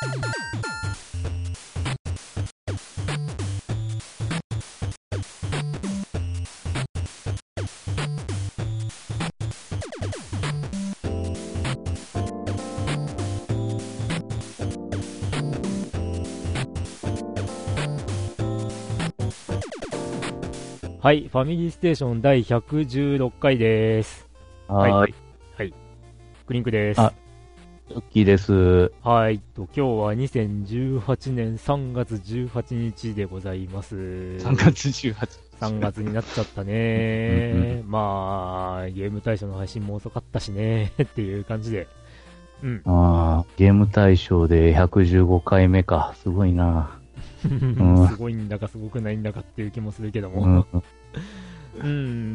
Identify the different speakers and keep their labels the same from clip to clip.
Speaker 1: はい、ファミリーステーション第116回です。
Speaker 2: はい。
Speaker 1: はい。クリンクです。
Speaker 2: あ、チョッキーです。
Speaker 1: はい。今日は2018年3月18日でございます。
Speaker 2: 3月18日。
Speaker 1: 3月になっちゃった
Speaker 2: うんうん。
Speaker 1: ね。まあ、ゲーム大賞の配信も遅かったしね。っていう感じで。うん。
Speaker 2: ゲーム大賞で115回目か。すごいな。うん。
Speaker 1: すごいんだかすごくないんだかっていう気もするけども。
Speaker 2: うん。
Speaker 1: うん、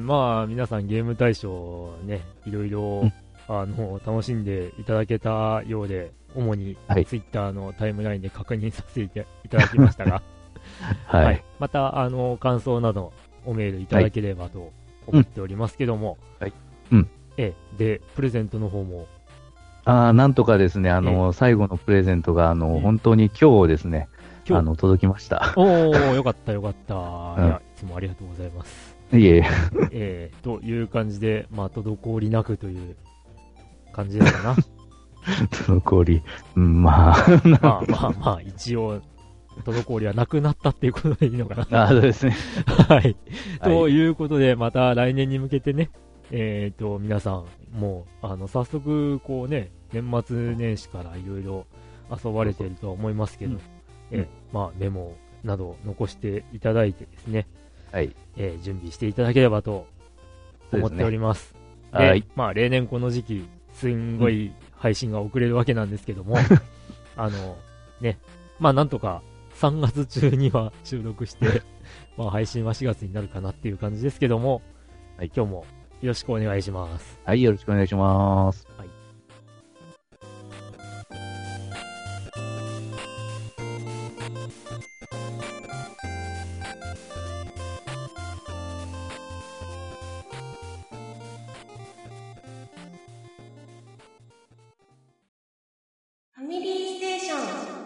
Speaker 1: まあ、皆さんゲーム大賞ね、いろいろ、楽しんでいただけたようで、主に
Speaker 2: はい。
Speaker 1: ツイッターのタイムラインで確認させていただきましたが、はい。
Speaker 2: はい。
Speaker 1: また、感想などおメールいた
Speaker 2: はい。
Speaker 1: だければと
Speaker 2: うん。
Speaker 1: 思っておりますけども、
Speaker 2: はい。うん。
Speaker 1: で、プレゼントの方も、
Speaker 2: なんとかですね、
Speaker 1: え
Speaker 2: 最後のプレゼントが、
Speaker 1: うん、
Speaker 2: 本当に今日ですね、
Speaker 1: 今日、
Speaker 2: 届きました。
Speaker 1: よかったよかった。
Speaker 2: うん。
Speaker 1: いや、いつもありがとうございます。
Speaker 2: いえいえ。
Speaker 1: という感じで、まあ、滞りなくという感じですかな。
Speaker 2: 残り。うん、まあ。
Speaker 1: まあまあまあ、一応、滞りはなくなったっていうことでいいのかな。
Speaker 2: そうですね。
Speaker 1: はい。
Speaker 2: はい。
Speaker 1: ということで、また来年に向けてね、皆さん、もう、早速、こうね、年末年始からいろいろ遊ば
Speaker 2: そうそう。
Speaker 1: れているとは思いますけど、
Speaker 2: うん。うん。
Speaker 1: まあ、メモなど残していただいてですね、
Speaker 2: はい。
Speaker 1: 準備していただければと思ってお
Speaker 2: そうですね。
Speaker 1: ります。で、
Speaker 2: はい。
Speaker 1: まあ、例年この時期、すん
Speaker 2: うん。
Speaker 1: ごい配信が遅れるわけなんですけども、あの、ね、まあなんとか3月中には収録して、まあ配信は4月になるかなっていう感じですけども、
Speaker 2: はい。
Speaker 1: 今日もよろしくお願いします。
Speaker 2: はい。よろしくお願いします。
Speaker 1: はい。
Speaker 3: ファミリーステーション。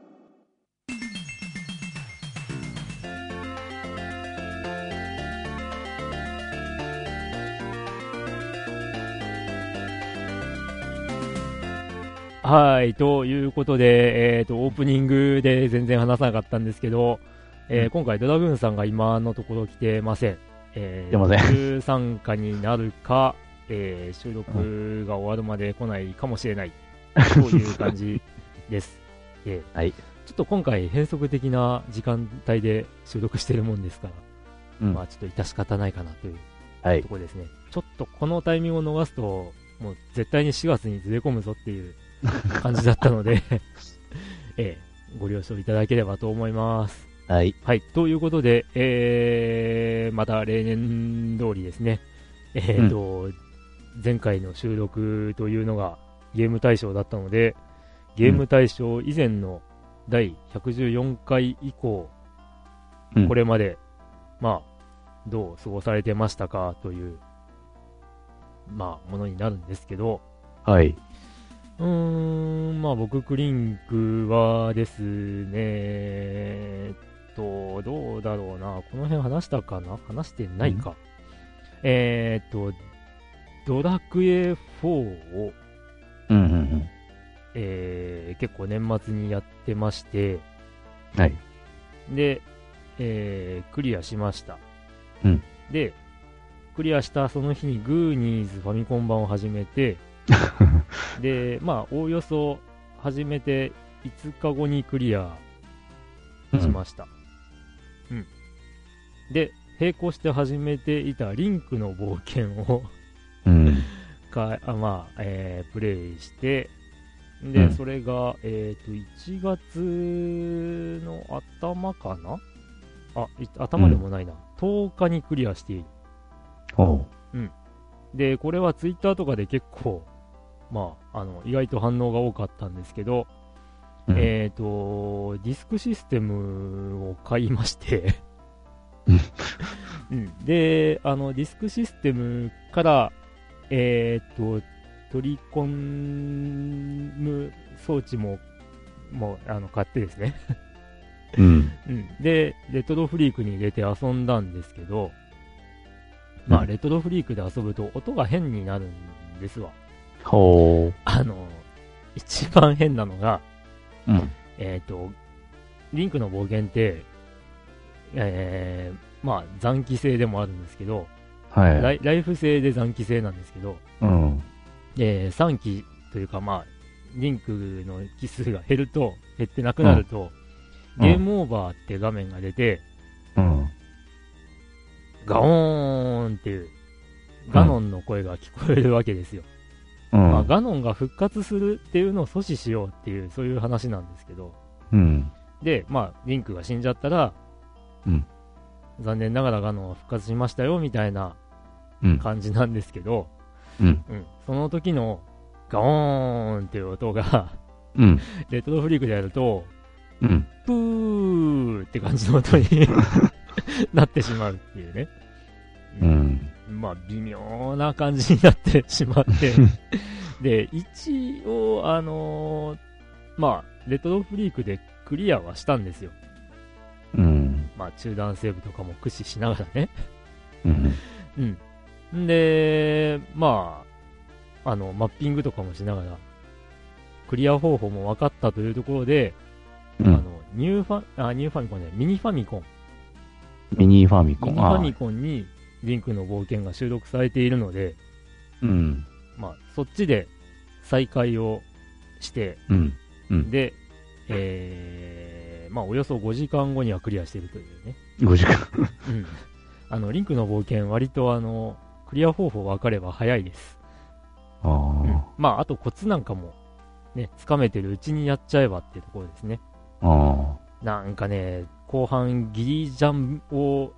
Speaker 1: はい、ということで、オープニングで全然話さなかったんですけど、
Speaker 2: うん。
Speaker 1: 今回ドラグーンさんが今のところ来てません。
Speaker 2: すいません。
Speaker 1: フル参加になるか、収
Speaker 2: うん。
Speaker 1: 録が終わるまで来ないかもしれないという感じです。
Speaker 2: はい。
Speaker 1: ちょっと今回変則的な時間帯で収録してるもんですから、
Speaker 2: うん。
Speaker 1: まあちょっと致し方ないかなという
Speaker 2: はい。
Speaker 1: ところですね。ちょっとこのタイミングを逃すと、もう絶対に4月にずれ込むぞっていう感じだったのでご了承いただければと思います。
Speaker 2: はい。
Speaker 1: はい、ということで、また例年通りですね、
Speaker 2: うん。
Speaker 1: 前回の収録というのがゲーム大賞だったので、ゲ
Speaker 2: うん。
Speaker 1: ーム大賞以前の第114回以降、
Speaker 2: うん。
Speaker 1: これまで、まあ、どう過ごされてましたかという、まあ、ものになるんですけど、
Speaker 2: はい。
Speaker 1: まあ僕、クリンクはですね、どうだろうな、この辺話したかな話してな
Speaker 2: うん。
Speaker 1: いか。えーっと、ドラクエ4を、
Speaker 2: うん。うん。
Speaker 1: 結構年末にやってまして、
Speaker 2: はい。
Speaker 1: で、クリアしました。
Speaker 2: うん。
Speaker 1: で、クリアしたその日にグーニーズファミコン版を始めて、で、まあ、おおよそ始めて5日後にクリア
Speaker 2: うん。
Speaker 1: しました。うん。で、並行して始めていたリンクの冒険を
Speaker 2: うん。
Speaker 1: プレイして、で、
Speaker 2: うん。
Speaker 1: それが、1月の頭かな頭で
Speaker 2: うん。
Speaker 1: もないな。10日にクリアしている。
Speaker 2: おう。
Speaker 1: うん。で、これはツイッターとかで結構、まあ、意外と反応が多かったんですけど、
Speaker 2: うん。
Speaker 1: ディスクシステムを買いまして
Speaker 2: うん。
Speaker 1: うん。で、ディスクシステムから、取り込む装置もも買ってですね。
Speaker 2: うん。
Speaker 1: うん。で、レトロフリークに入れて遊んだんですけど、まあ、レトロフリークで遊ぶと音が変になるんですわ。
Speaker 2: ほ
Speaker 1: 一番変なのが、
Speaker 2: う。うん。
Speaker 1: リンクの冒険って、まあ、残機制でもあるんですけど、
Speaker 2: はい。
Speaker 1: ライフ制で残機制なんですけど、
Speaker 2: うん。
Speaker 1: 3機というか、まあ、リンクの機数が減ってなくなると、
Speaker 2: うん
Speaker 1: ゲームオーバーって画面が出て、
Speaker 2: うん。
Speaker 1: ガオーンっていう、ガノンの声が聞こえるわけですよ。
Speaker 2: うん。
Speaker 1: まあ、ガノンが復活するっていうのを阻止しようっていう、そういう話なんですけど、
Speaker 2: うん。
Speaker 1: で、まあ、リンクが死んじゃったら、
Speaker 2: うん。
Speaker 1: 残念ながらガノンは復活しましたよ、みたいな
Speaker 2: うん。
Speaker 1: 感じなんですけど、
Speaker 2: うん。
Speaker 1: その時のガオーンっていう音が、
Speaker 2: うん。
Speaker 1: レトロフリークでやると、
Speaker 2: うん。
Speaker 1: プーって感じの音になってしまうっていうね。まあ、微妙な感じになってしまって。で、一応、まあ、レトロフリークでクリアはしたんですよ。まあ、中断セーブとかも駆使しながらね。んで、まあ、マッピングとかもしながら、クリア方法も分かったというところで、ミニファミコンね、ミニファミコン。
Speaker 2: ミニファミコン。
Speaker 1: ミニファミコンにリンクの冒険が収録されているので、まあ、そっちで再開をして、で、まあ、およそ5時間後にはクリアしているというね。
Speaker 2: 5時間。
Speaker 1: リンクの冒険、割とクリア方法分かれば早いです。まあ、あとコツなんかも、ね、つかめてるうちにやっちゃえばっていうところですね。なんかね、後半ギリジャンを、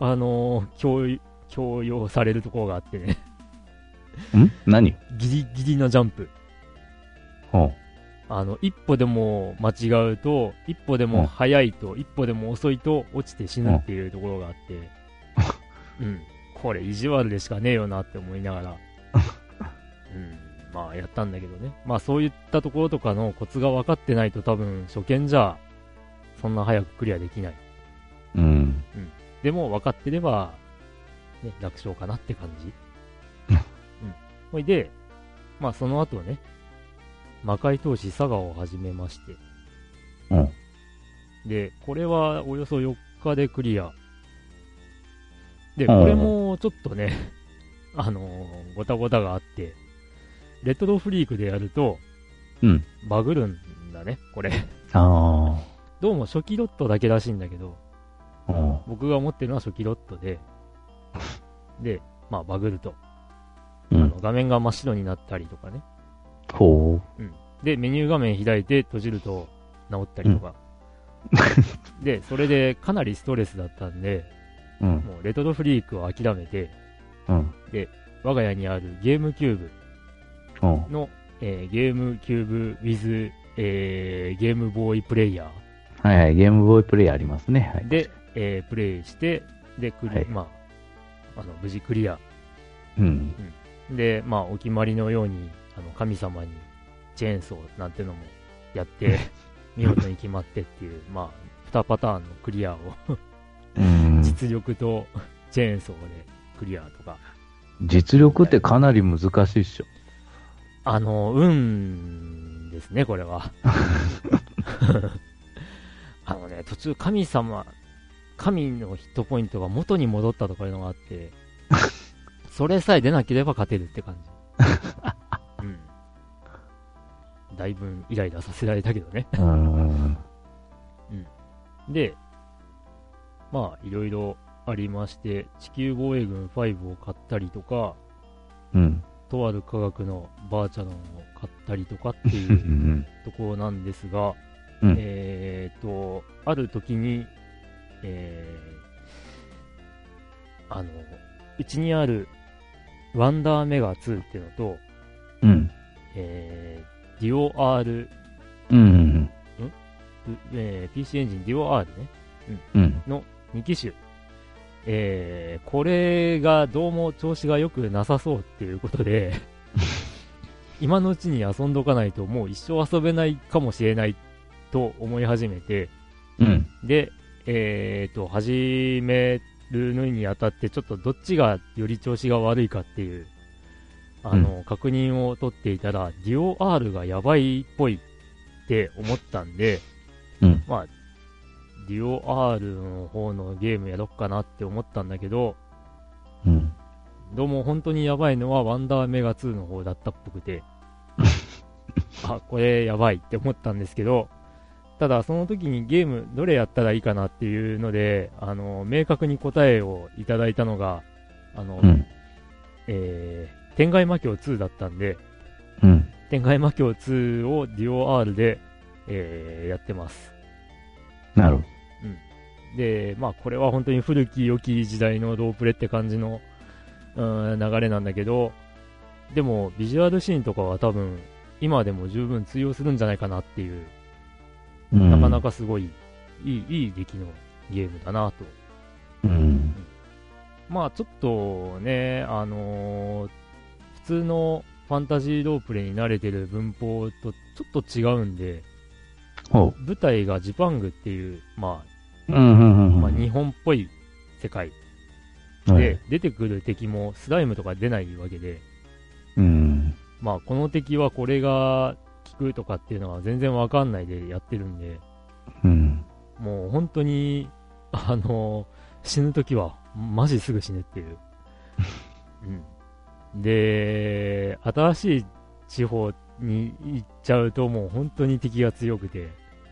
Speaker 1: 強要されるところがあってね。
Speaker 2: 何？
Speaker 1: ギリギリなジャンプ。一歩でも間違うと、一歩でも早いと、一歩でも遅いと落ちて死ぬっていうところがあって、これ意地悪でしかねえよなって思いながら、まあやったんだけどね。まあそういったところとかのコツが分かってないと多分初見じゃ、そんな早くクリアできない。でも分かってれば、ね、楽勝かなって感じ。ほいで、まあその後ね、魔界闘士サガを始めまして。で、これはおよそ4日でクリア。で、これもちょっとね、ごたごたがあって、レトロフリークでやると、バグるんだね、これ。どうも初期ロットだけらしいんだけど、僕が持ってるのは初期ロットで、で、まあバグると。画面が真っ白になったりとかね。で、メニュー画面開いて閉じると治ったりとか。で、それでかなりストレスだったんで、もうレトロフリークを諦めて、で、我が家にあるゲームキューブの、ゲームキューブ with、ゲームボーイプレイヤー。
Speaker 2: はいはい、ゲームボーイプレイヤーありますね。はい、
Speaker 1: で、プレイして、で、まあ、無事クリア。で、まあ、お決まりのように、神様にチェーンソーなんてのもやって、見事に決まってっていう、まあ、2パターンのクリアを実力とチェーンソーでクリアとか。
Speaker 2: 実力ってかなり難しいっしょ。
Speaker 1: 運ですね、これは。途中神のヒットポイントが元に戻ったとかいうのがあって、それさえ出なければ勝てるって感じ。だいぶイライラさせられたけどね。で、まあ、いろいろありまして、地球防衛軍5を買ったりとか、とある科学のバーチャロンを買ったりとかっていうところなんですが、ある時に、うちにあるワンダーメガ2っていうのと、デュオ R、PC エンジンデュオ R ね、の2機種。これがどうも調子が良くなさそうっていうことで、今のうちに遊んどかないともう一生遊べないかもしれないっと思い始めて、
Speaker 2: うん。
Speaker 1: で、始めるのにあたって、ちょっとどっちがより調子が悪いかっていう、確認を取っていたら、デュオ R がやばいっぽいって思ったんで、
Speaker 2: うん。
Speaker 1: まあ、デュオ R の方のゲームやろっかなって思ったんだけど、
Speaker 2: うん。
Speaker 1: どうも本当にやばいのはワンダーメガ2の方だったっぽくて、あ、これやばいって思ったんですけど、ただその時にゲームどれやったらいいかなっていうので、明確に答えをいただいたのが、
Speaker 2: うん。
Speaker 1: 天外魔境2だったんで、
Speaker 2: うん。
Speaker 1: 天外魔境2をデュオ R で、やってます。
Speaker 2: なるほど。
Speaker 1: で、まあこれは本当に古き良き時代のロープレって感じの、流れなんだけど、でもビジュアルシーンとかは多分今でも十分通用するんじゃないかなっていう、
Speaker 2: うん。
Speaker 1: なかなかすごいいい出来のゲームだなと。
Speaker 2: うん。
Speaker 1: まあちょっとね、普通のファンタジーロープレに慣れてる文法とちょっと違うんで、
Speaker 2: ほ
Speaker 1: 舞台がジパングっていう、ま
Speaker 2: う。うん。うん。うん。
Speaker 1: あ日本っぽい世界
Speaker 2: はい
Speaker 1: で、出てくる敵もスライムとか出ないわけで、
Speaker 2: うん。
Speaker 1: まあこの敵はこれが効くとかっていうのは全然わかんないでやってるんで、
Speaker 2: うん。
Speaker 1: もう本当に、死ぬ時はマジすぐ死ぬっていう。うん。で、新しい地方に行っちゃうともう本当に敵が強くて、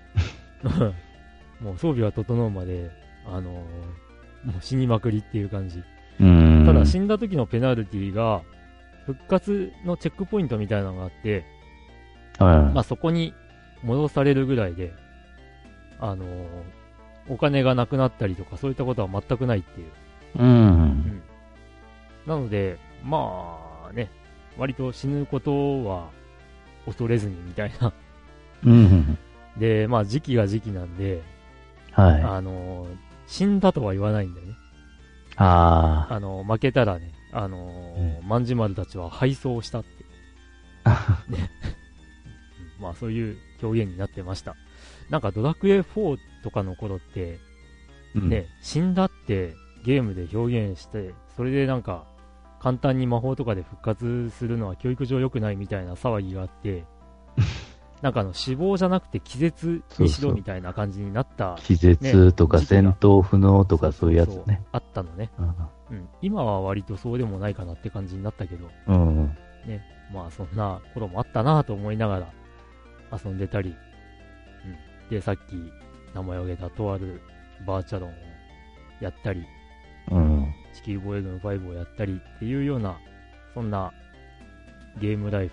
Speaker 1: もう装備が整うまで、もう死にまくりっていう感じ。
Speaker 2: うん。
Speaker 1: ただ死んだ時のペナルティが、復活のチェックポイントみたいなのがあって、
Speaker 2: はい。
Speaker 1: まあそこに戻されるぐらいで、お金がなくなったりとかそういったことは全くないっていう。
Speaker 2: うん。
Speaker 1: なので、まあね、割と死ぬことは恐れずにみたいな。
Speaker 2: うん。
Speaker 1: で、まあ時期が時期なんで、
Speaker 2: はい。
Speaker 1: 死んだとは言わないんだよね。
Speaker 2: あ
Speaker 1: 負けたらね、万事丸たちは敗走したって。ね。まあそういう表現になってました。なんかドラクエ4とかの頃って、
Speaker 2: あ。
Speaker 1: ね、死んだってゲームで表現して、それでなんか簡単に魔法とかで復活するのは教育上良くないみたいな騒ぎがあって、なんか死亡じゃなくて気絶にしろみたいな感じになった。
Speaker 2: 気絶とか戦闘不能とかそういうやつね。
Speaker 1: あったのね。
Speaker 2: うん。
Speaker 1: 今は割とそうでもないかなって感じになったけど、
Speaker 2: うん。
Speaker 1: ね、まあそんな頃もあったなと思いながら遊んでたり、で、さっき名前を挙げたとあるバーチャロンをやったり、
Speaker 2: うん。
Speaker 1: 地球防衛軍5をやったりっていうような、そんなゲームライフ。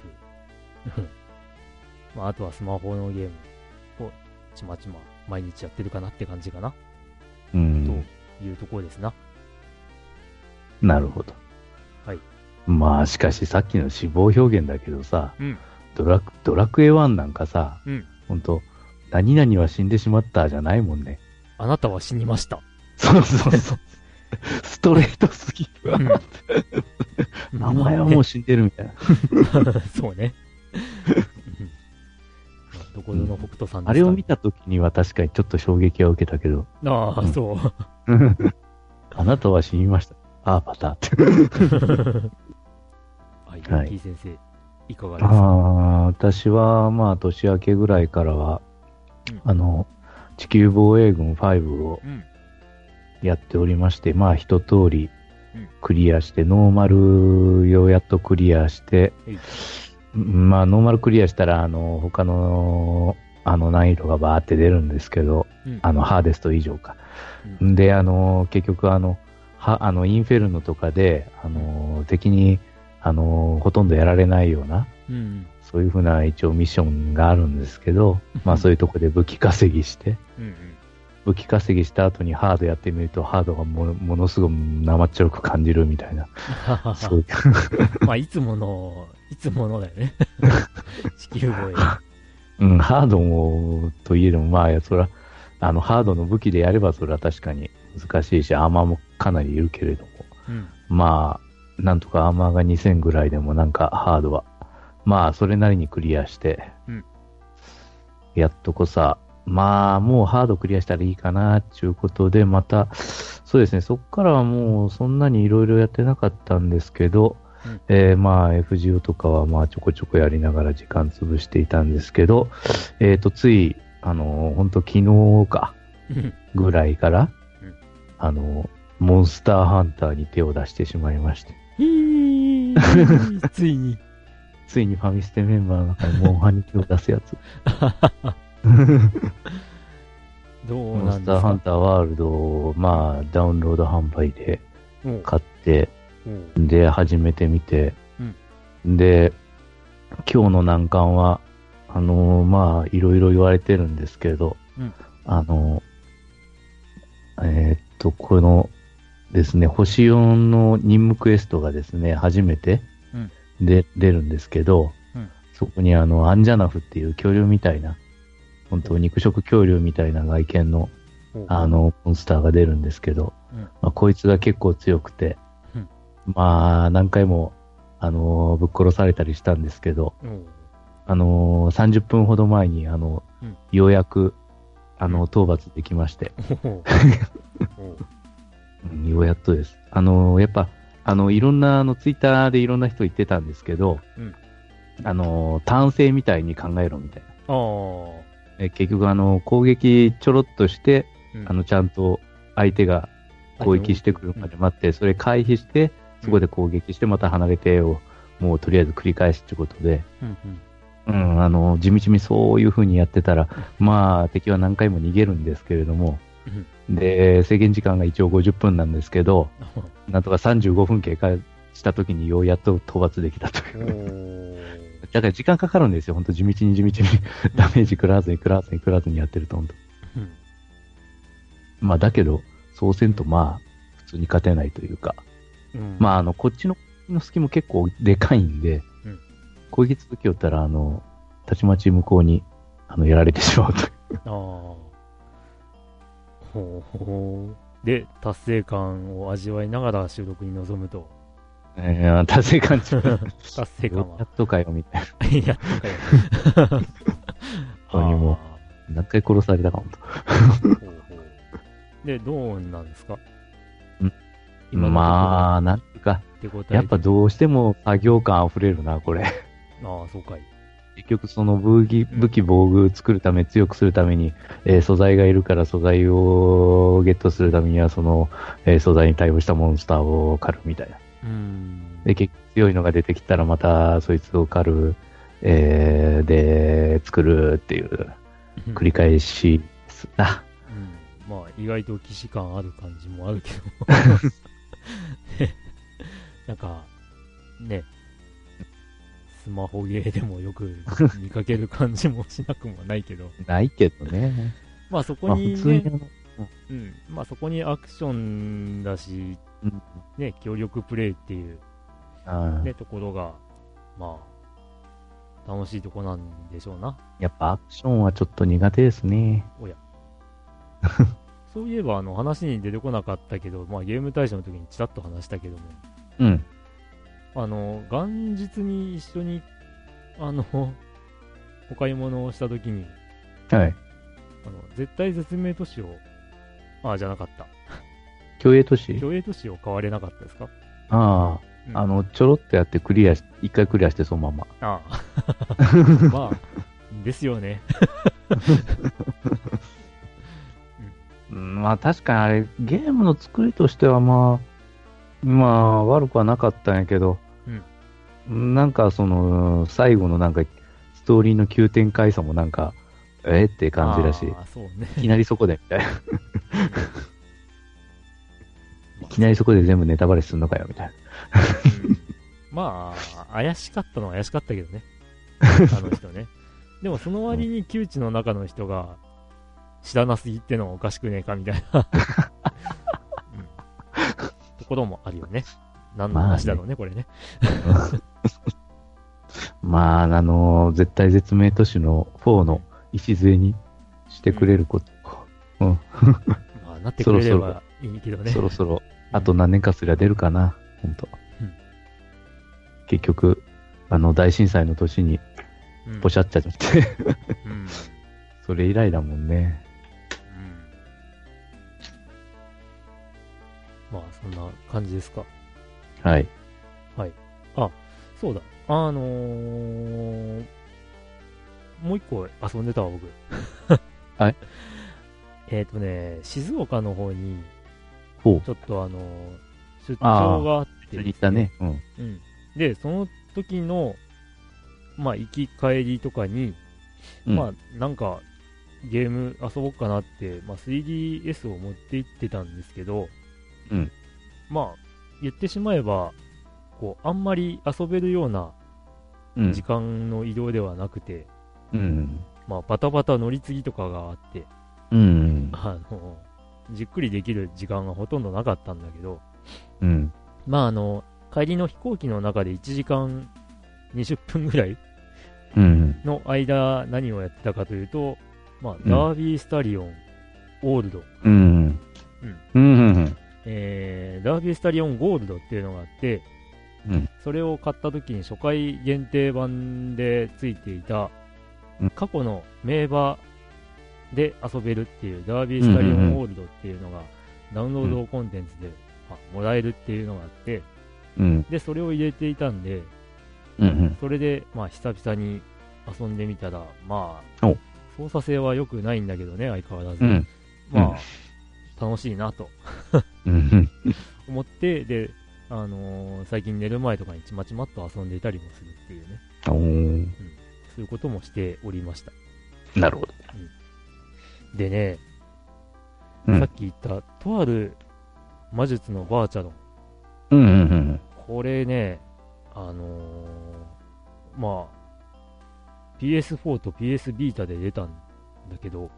Speaker 1: まあ、あとはスマホのゲームをちまちま毎日やってるかなって感じかな、
Speaker 2: うん。
Speaker 1: というところですな。
Speaker 2: なるほど。
Speaker 1: はい。
Speaker 2: まあ、しかしさっきの死亡表現だけどさ、
Speaker 1: うん。
Speaker 2: ドラクエ1なんかさ、
Speaker 1: うん。
Speaker 2: ほんと、何々は死んでしまったじゃないもんね。
Speaker 1: あなたは死にました。
Speaker 2: そうそうそう。ストレートすぎるわ。名前はもう死んでるみたいな。
Speaker 1: そうね。どこぞの北斗さんですか、
Speaker 2: あれを見たときには確かにちょっと衝撃は受けたけど。
Speaker 1: ああ、そう。
Speaker 2: あなたは死にました。ああ、パターって。
Speaker 1: はい、
Speaker 2: はい
Speaker 1: キー先生、いかがですか？
Speaker 2: 私は、まあ、年明けぐらいからは、
Speaker 1: うん
Speaker 2: 地球防衛軍5を
Speaker 1: うん。
Speaker 2: やっておりまして、まあ、一通り
Speaker 1: うん
Speaker 2: クリアして、ノーマルをやっとクリアして、
Speaker 1: はい
Speaker 2: まあ、ノーマルクリアしたら、他の、難易度がバーって出るんですけど、
Speaker 1: うん
Speaker 2: ハーデスト以上か。
Speaker 1: うん
Speaker 2: で、結局、インフェルノとかで、敵に、ほとんどやられないような、
Speaker 1: うん。
Speaker 2: そういうふうな一応ミッションがあるんですけど、まあそういうとこで武器稼ぎして、
Speaker 1: うん
Speaker 2: 武器稼ぎした後にハードやってみると、ハードがものすごく生っちょろく感じるみたいな。そういう
Speaker 1: まあ、いつものだよね。地球防衛。
Speaker 2: うん、ハードも、といえども、まあ、それは、ハードの武器でやれば、それは確かに難しいし、アーマーもかなりいるけれども、
Speaker 1: うん。
Speaker 2: まあ、なんとかアーマーが2000ぐらいでもなんかハードは、まあ、それなりにクリアして、
Speaker 1: うん
Speaker 2: やっとこさ、 まあ、もうハードクリアしたらいいかな、っていうことで、また、そうですね、そこからはもうそんなにいろいろやってなかったんですけど、まあ、FGO とかはまあちょこちょこやりながら時間潰していたんですけど、つい、ほんと昨日か、ぐらいから、モンスターハンターに手を出してしまいまして。
Speaker 1: ついに。
Speaker 2: ついにファミステメンバーの中にモンハンに手を出すやつ。
Speaker 1: どう
Speaker 2: モンス
Speaker 1: なんですか？
Speaker 2: ターハンターワールドを、まあ、ダウンロード販売で買って、で、始めてみて、で、今日の難関は、まあ、いろいろ言われてるんですけど、このですね、星4の任務クエストがですね、初めて出るんですけど、そこにアンジャナフっていう恐竜みたいな、本当肉食恐竜みたいな外見の、モンスターが出るんですけど、まあ、こいつが結構強くて、まあ、何回も、ぶっ殺されたりしたんですけど、30分ほど前に、ようやく、討伐できまして。ようやっとです。やっぱ、いろんな、ツイッターでいろんな人言ってたんですけど、単性みたいに考えろみたいな。結局、攻撃ちょろっとして、ちゃんと相手が攻撃してくるまで待って、それ回避して、そこで攻撃して、また離れてを、もうとりあえず繰り返すってことで、地道にそういう風にやってたら、まあ、敵は何回も逃げるんですけれども、で、制限時間が一応50分なんですけど、なんとか35分経過した時にようやっと討伐できたという。だから時間かかるんですよ、本当地道にダメージ食らわずにやってると、本当。まあ、だけど、そうせんと、まあ、普通に勝てないというか、まあ、こっちの隙も結構でかいんで、攻撃続きよったら、たちまち向こうに、やられてしまうという。
Speaker 1: で、達成感を味わいながら収録に臨むと。
Speaker 2: 達成感達
Speaker 1: 成感は。
Speaker 2: やっとかよ、みたいな。
Speaker 1: やっとかよ。
Speaker 2: 本当にもう、何回殺されたか、本
Speaker 1: 当。で、どうなんですか？
Speaker 2: まあ、なんていうか、やっぱどうしても作業感溢れるな、これ。
Speaker 1: ああ、そうかい。
Speaker 2: 結局その武器防具作るため、強くするために、素材がいるから素材をゲットするためには、その、素材に対応したモンスターを狩るみたいな。で、結局強いのが出てきたらまたそいつを狩る、で、作るっていう繰り返しですな。
Speaker 1: まあ、意外と既視感ある感じもあるけど。なんか、ね、スマホゲーでもよく見かける感じもしなくもないけど。
Speaker 2: ないけどね。
Speaker 1: まあそこに、ね、
Speaker 2: 普通に
Speaker 1: まあそこにアクションだし、ね、協力プレイっていう、ね、ところが、まあ、楽しいとこなんでしょうな。
Speaker 2: やっぱアクションはちょっと苦手ですね。
Speaker 1: おや。そういえば話に出てこなかったけど、まあゲーム大賞の時にちらっと話したけども、元日に一緒に、お買い物をしたときに、絶対絶命都市を、じゃなかった。
Speaker 2: 競泳都市
Speaker 1: を買われなかったですか？
Speaker 2: ちょろっとやって一回クリアしてそのまま。
Speaker 1: まあ、ですよね。
Speaker 2: まあ確かにあれ、ゲームの作りとしてはまあ悪くはなかったんやけど、なんかその、最後のなんか、ストーリーの急展開さもなんか、って感じだし、いきなりそこでみたいな。いきなりそこで全部ネタバレすんのかよ、みたいな。
Speaker 1: まあ、怪しかったのは怪しかったけどね。あの人ね。でもその割に窮地の中の人が、知らなすぎってのはおかしくねえか、みたいな。ところもあるよね。何の話だろうね、これね。
Speaker 2: まあ、絶対絶命都市の4の礎にしてくれること。
Speaker 1: まあ、なってくれればいいけどね。
Speaker 2: そろそろ、あと何年かすりゃ出るかな、ほんと。結局、大震災の年に、ポシャっちゃって。 それ以来だもんね。
Speaker 1: まあ、そんな感じですか。
Speaker 2: はい。
Speaker 1: はい。あ、そうだ。もう一個遊んでたわ、僕。
Speaker 2: はい。
Speaker 1: 静岡の方に、
Speaker 2: ちょ
Speaker 1: っと出張があって
Speaker 2: ですね。行ったね。
Speaker 1: うん。で、その時の、まあ、行き帰りとかに、まあ、なんか、ゲーム遊ぼうかなって、まあ、3DS を持って行ってたんですけど、まあ、言ってしまえば、こう、あんまり遊べるような時間の移動ではなくて、まあ、バタバタ乗り継ぎとかがあって、じっくりできる時間がほとんどなかったんだけど、まあ、帰りの飛行機の中で1時間20分ぐらいの間、何をやってたかというと、まあ、ダービースタリオン、オールド、ダービースタリオンゴールドっていうのがあって、それを買った時に初回限定版でついていた、過去の名馬で遊べるっていうダービースタリオンオールドっていうのがダウンロードコンテンツで、もらえるっていうのがあって、でそれを入れていたんで、それでまあ久々に遊んでみたら、まあ操作性は良くないんだけどね、相変わらず、まあ楽しいなと思って、で最近寝る前とかにちまちまっと遊んでいたりもするっていうね、そういうこともしておりました。
Speaker 2: なるほど。
Speaker 1: でね、さっき言ったとある魔術のバーチャロン、これね、まあ PS4 と PS ビータで出たんだけど、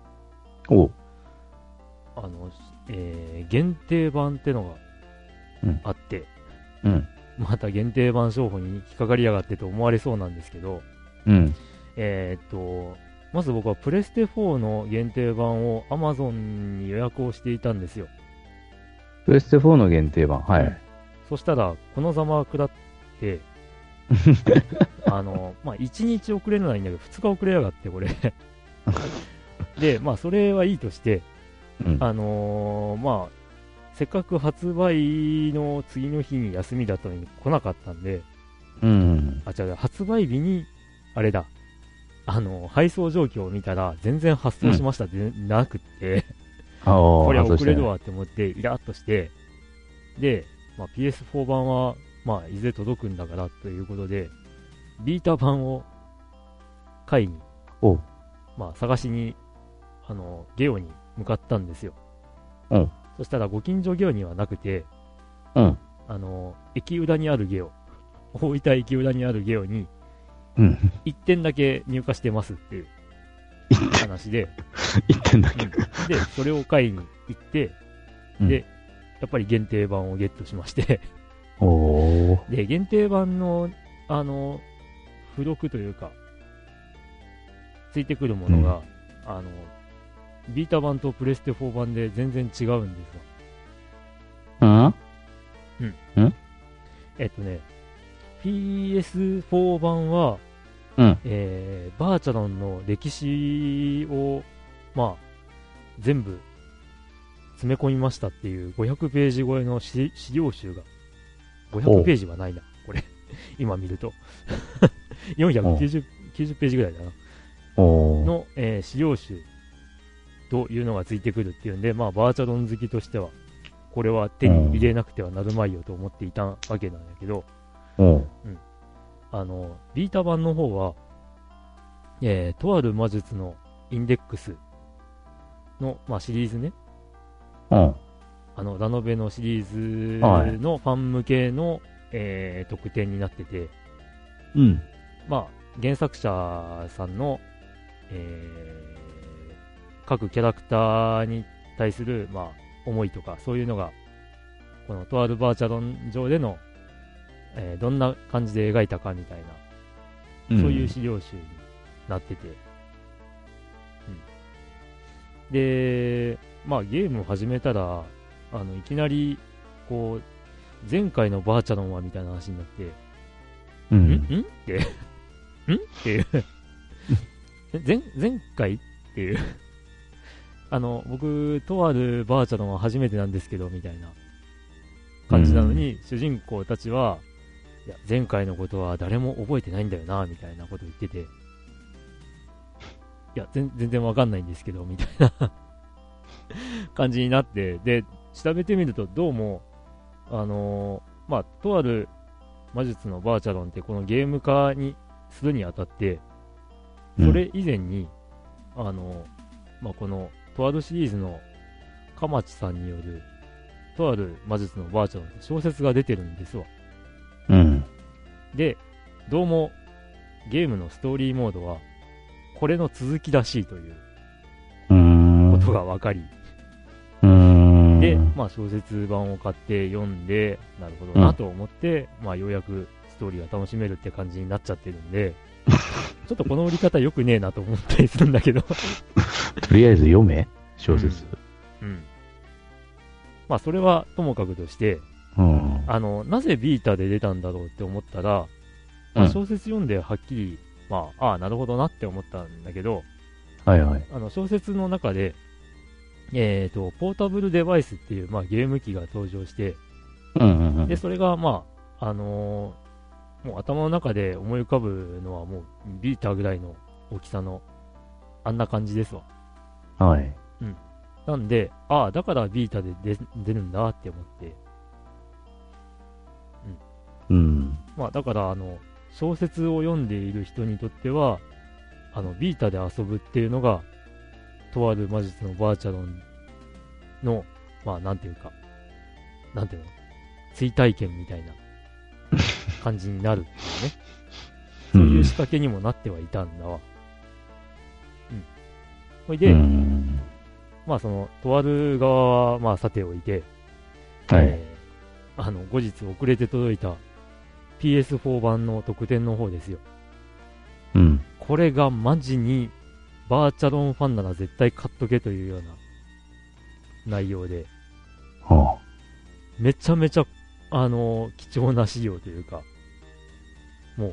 Speaker 1: 限定版ってのがあって、また限定版商法に引っかかりやがってと思われそうなんですけど、まず僕はプレステ4の限定版を Amazon に予約をしていたんですよ。
Speaker 2: プレステ4の限定版、はい。
Speaker 1: そしたら、このざま下って、まあ、1日遅れるのはいいんだけど、2日遅れやがって、これ。で、まあ、それはいいとして、まあ、せっかく発売の次の日に休みだったのに来なかったんで、違う、発売日に、あれだ、配送状況を見たら、全然発送しましたってなくって、これは遅れるわって思って、イラッとして、で、まあ、PS4 版は、まあ、いずれ届くんだからということで、ビータ版を買いに、まあ、探しに、ゲオに向かったんですよ。そしたら、ご近所ゲオにはなくて、駅裏にあるゲオ、大分駅裏にあるゲオに、1点だけ入荷してますっていう話で、
Speaker 2: 1点だけ、
Speaker 1: で、それを買いに行って、で、やっぱり限定版をゲットしましてで、限定版の、付録というか、ついてくるものが、ビータ版とプレステ4版で全然違うんですよ。PS4 版は、バーチャロンの歴史を、まあ、全部詰め込みましたっていう500ページ超えの資料集が、500ページはないな、これ。今見ると。490ページぐらいだな。の、資料集というのがついてくるっていうんで、まあ、バーチャロン好きとしては、これは手に入れなくてはなるまいよと思っていたわけなんだけど、ビータ版の方は、とある魔術のインデックスの、まあ、シリーズね、ラノベのシリーズのファン向けの、特典になってて、まあ、原作者さんの、各キャラクターに対する、まあ、思いとか、そういうのが、このとあるバーチャロン上での、どんな感じで描いたかみたいな、そういう資料集になってて、で、まあゲームを始めたら、いきなり、こう、前回のバーチャロンはみたいな話になって、って、っていう前回っていう僕、とあるバーチャルは初めてなんですけど、みたいな感じなのに、主人公たちは、いや、前回のことは誰も覚えてないんだよな、みたいなこと言ってて、いや、全然わかんないんですけど、みたいな感じになって、で、調べてみると、どうも、まあ、とある魔術のバーチャロンって、このゲーム化にするにあたって、それ以前に、まあ、この、とあるシリーズのかまちさんによる、とある魔術のバーチャロンって小説が出てるんですわ。
Speaker 2: うん。
Speaker 1: で、どうも、ゲームのストーリーモードは、これの続きらしいということが分かり、で、まあ、小説版を買って読んで、なるほどなと思って、まあ、ようやくストーリーが楽しめるって感じになっちゃってるんで、ちょっとこの売り方良くねえなと思ったりするんだけどと
Speaker 2: りあえず読め小説、
Speaker 1: まあ、それはともかくとして、なぜビータで出たんだろうって思ったら、まあ、小説読んではっきり、まあ、なるほどなって思ったんだけど、
Speaker 2: はいはい。
Speaker 1: 小説の中で、ポータブルデバイスっていう、まあ、ゲーム機が登場して、で、それが、まあ、もう頭の中で思い浮かぶのはもうビータぐらいの大きさの、あんな感じですわ。
Speaker 2: はい。
Speaker 1: なんで、だからビータで出るんだって思って、まあ、だから、小説を読んでいる人にとっては、ビータで遊ぶっていうのが、とある魔術のバーチャロンの、まあ、なんていうの、追体験みたいな感じになるっていうね。そういう仕掛けにもなってはいたんだわ。ほいで、まあ、とある側は、まあ、さておいて、後日遅れて届いた PS4 版の特典の方ですよ。これがマジに、バーチャロンファンなら絶対買っとけというような内容で、めちゃめちゃ、貴重な資料というか、もう、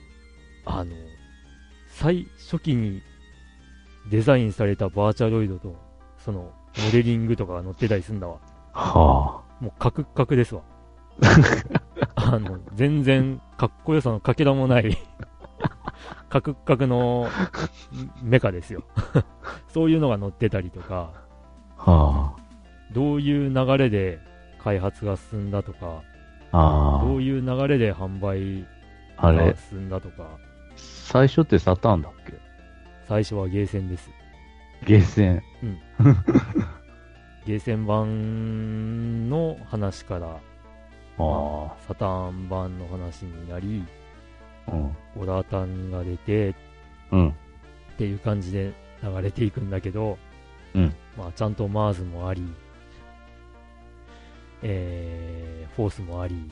Speaker 1: 最初期にデザインされたバーチャロイドと、モデリングとかが載ってたりするんだわ。もうカクッカクですわ。全然かっこよさのかけらもないカクッカクのメカですよ。そういうのが載ってたりとか、どういう流れで開発が進んだとか、どういう流れで販売が進んだとか。
Speaker 2: 最初ってサターンだっけ？
Speaker 1: 最初はゲーセンです。
Speaker 2: ゲーセン。
Speaker 1: ゲーセン版の話から、サターン版の話になり、オラタンが出て、っていう感じで流れていくんだけど、まあ、ちゃんとマーズもあり、フォースもあり、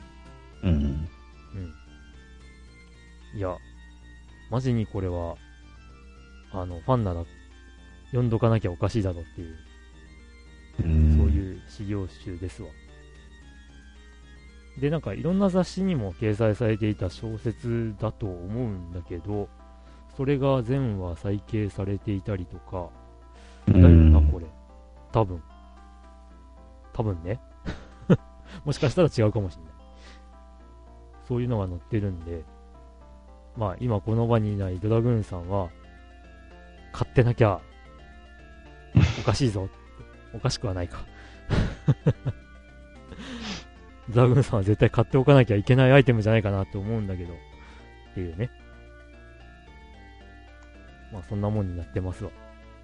Speaker 1: いや、マジにこれは、ファンなら読んどかなきゃおかしいだろっていう、そういう資料集ですわ。で、なんかいろんな雑誌にも掲載されていた小説だと思うんだけど、それが全話再掲されていたりとか、だよな、これ。多分ね。もしかしたら違うかもしれない。そういうのが載ってるんで、まあ今この場にいないドラグーンさんは、買ってなきゃおかしいぞ。おかしくはないか。ドラグーンさんは絶対買っておかなきゃいけないアイテムじゃないかなって思うんだけど、っていうね。まあそんなもんになってますわ。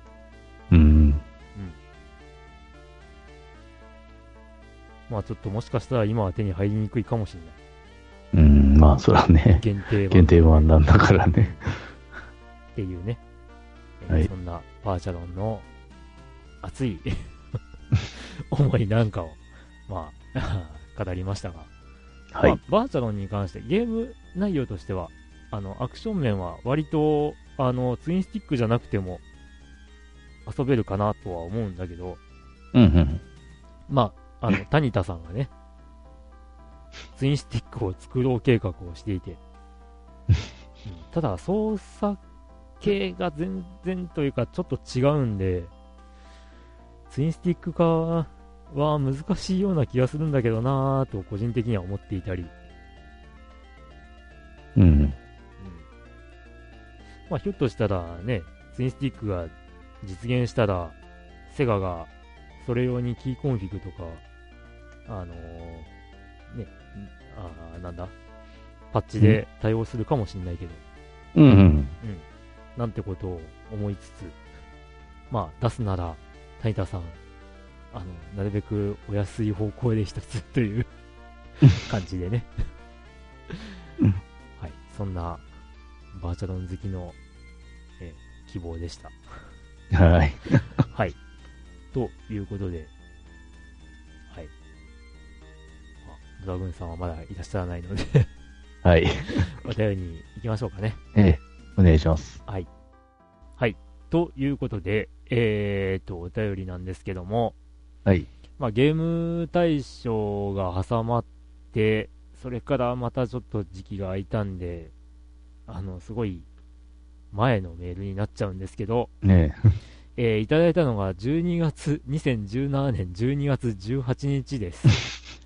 Speaker 1: まあちょっともしかしたら今は手に入りにくいかもしれない。
Speaker 2: まあそらね。限定版なんだからね。
Speaker 1: っていうね。そんなバーチャロンの熱い思いなんかを、まあ、語りましたが、まあ、バーチャロンに関してゲーム内容としては、アクション面は割と、ツインスティックじゃなくても遊べるかなとは思うんだけど、まあ、谷田さんがね、ツインスティックを作ろう計画をしていて、ただ操作系が全然というかちょっと違うんで、ツインスティック化は難しいような気がするんだけどなぁと個人的には思っていたり。
Speaker 2: うん。
Speaker 1: まあひょっとしたらね、ツインスティックが実現したら、セガがそれ用にキーコンフィグとか、なんだ、パッチで対応するかもしれないけど、なんてことを思いつつ、まあ出すなら、タニタさん、なるべくお安い方向で一つという感じでね。はい、そんなバーチャロン好きの、希望でした。
Speaker 2: はい。
Speaker 1: はい。ということで、はい。ドラグーンさんはまだいらっしゃらないので
Speaker 2: はい。
Speaker 1: お便りに行きましょうかね。
Speaker 2: お願いします。
Speaker 1: はい。はい。ということで、お便りなんですけども、
Speaker 2: はい。
Speaker 1: まあ、ゲーム大賞が挟まって、それからまたちょっと時期が空いたんで、すごい前のメールになっちゃうんですけど、
Speaker 2: ね
Speaker 1: いただいたのが2017年12月18日です。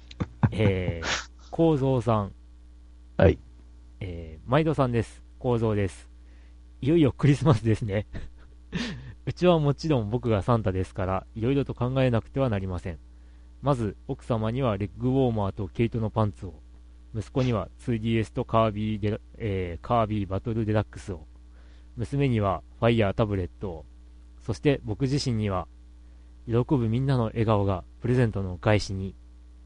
Speaker 1: 構造さん。
Speaker 2: はい。
Speaker 1: 毎度さんです。構造です。いよいよクリスマスですね。うちはもちろん僕がサンタですから、いろいろと考えなくてはなりません。まず、奥様にはレッグウォーマーと毛糸のパンツを。息子には 2DS とカービィバトルデラックスを。娘にはファイヤータブレットを。そして僕自身には、喜ぶみんなの笑顔がプレゼントのお返しに、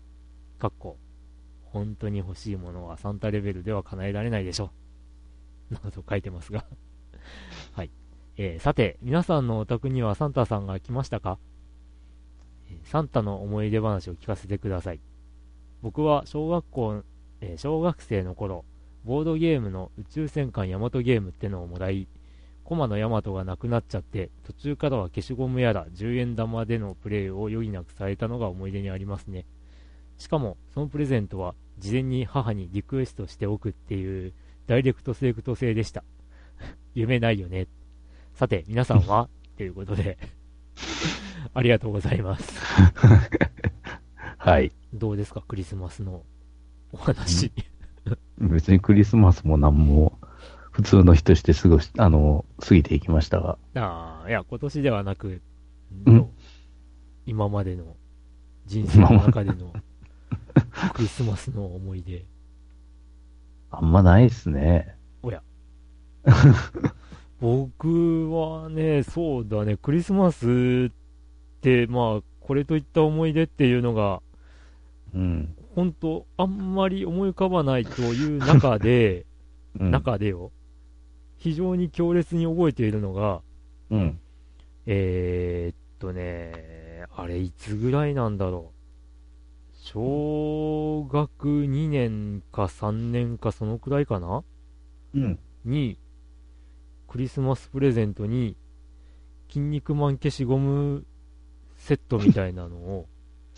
Speaker 1: 本当に欲しいものはサンタレベルでは叶えられないでしょう。などと書いてますが。はい。さて、皆さんのお宅にはサンタさんが来ましたか？サンタの思い出話を聞かせてください。僕は小学生の頃、ボードゲームの宇宙戦艦ヤマトゲームってのをもらい、コマのヤマトがなくなっちゃって、途中からは消しゴムやら10円玉でのプレイを余儀なくされたのが思い出にありますね。しかも、そのプレゼントは事前に母にリクエストしておくっていうダイレクトセレクト制でした。夢ないよね。さて、皆さんはということで、ありがとうございます。
Speaker 2: はい。
Speaker 1: どうですか、クリスマスのお話。
Speaker 2: 別にクリスマスも何も、普通の日として過ぎていきましたが。
Speaker 1: いや、今年ではなく、今までの人生の中でのクリスマスの思い出。
Speaker 2: あんまないっすね。
Speaker 1: おや。僕はね、そうだね、クリスマスって、まあ、これといった思い出っていうのが、本当あんまり思い浮かばないという中で、中でよ、非常に強烈に覚えているのが、あれいつぐらいなんだろう。小学2年か3年かそのくらいかな、に、クリスマスプレゼントに、筋肉マン消しゴムセットみたいなのを、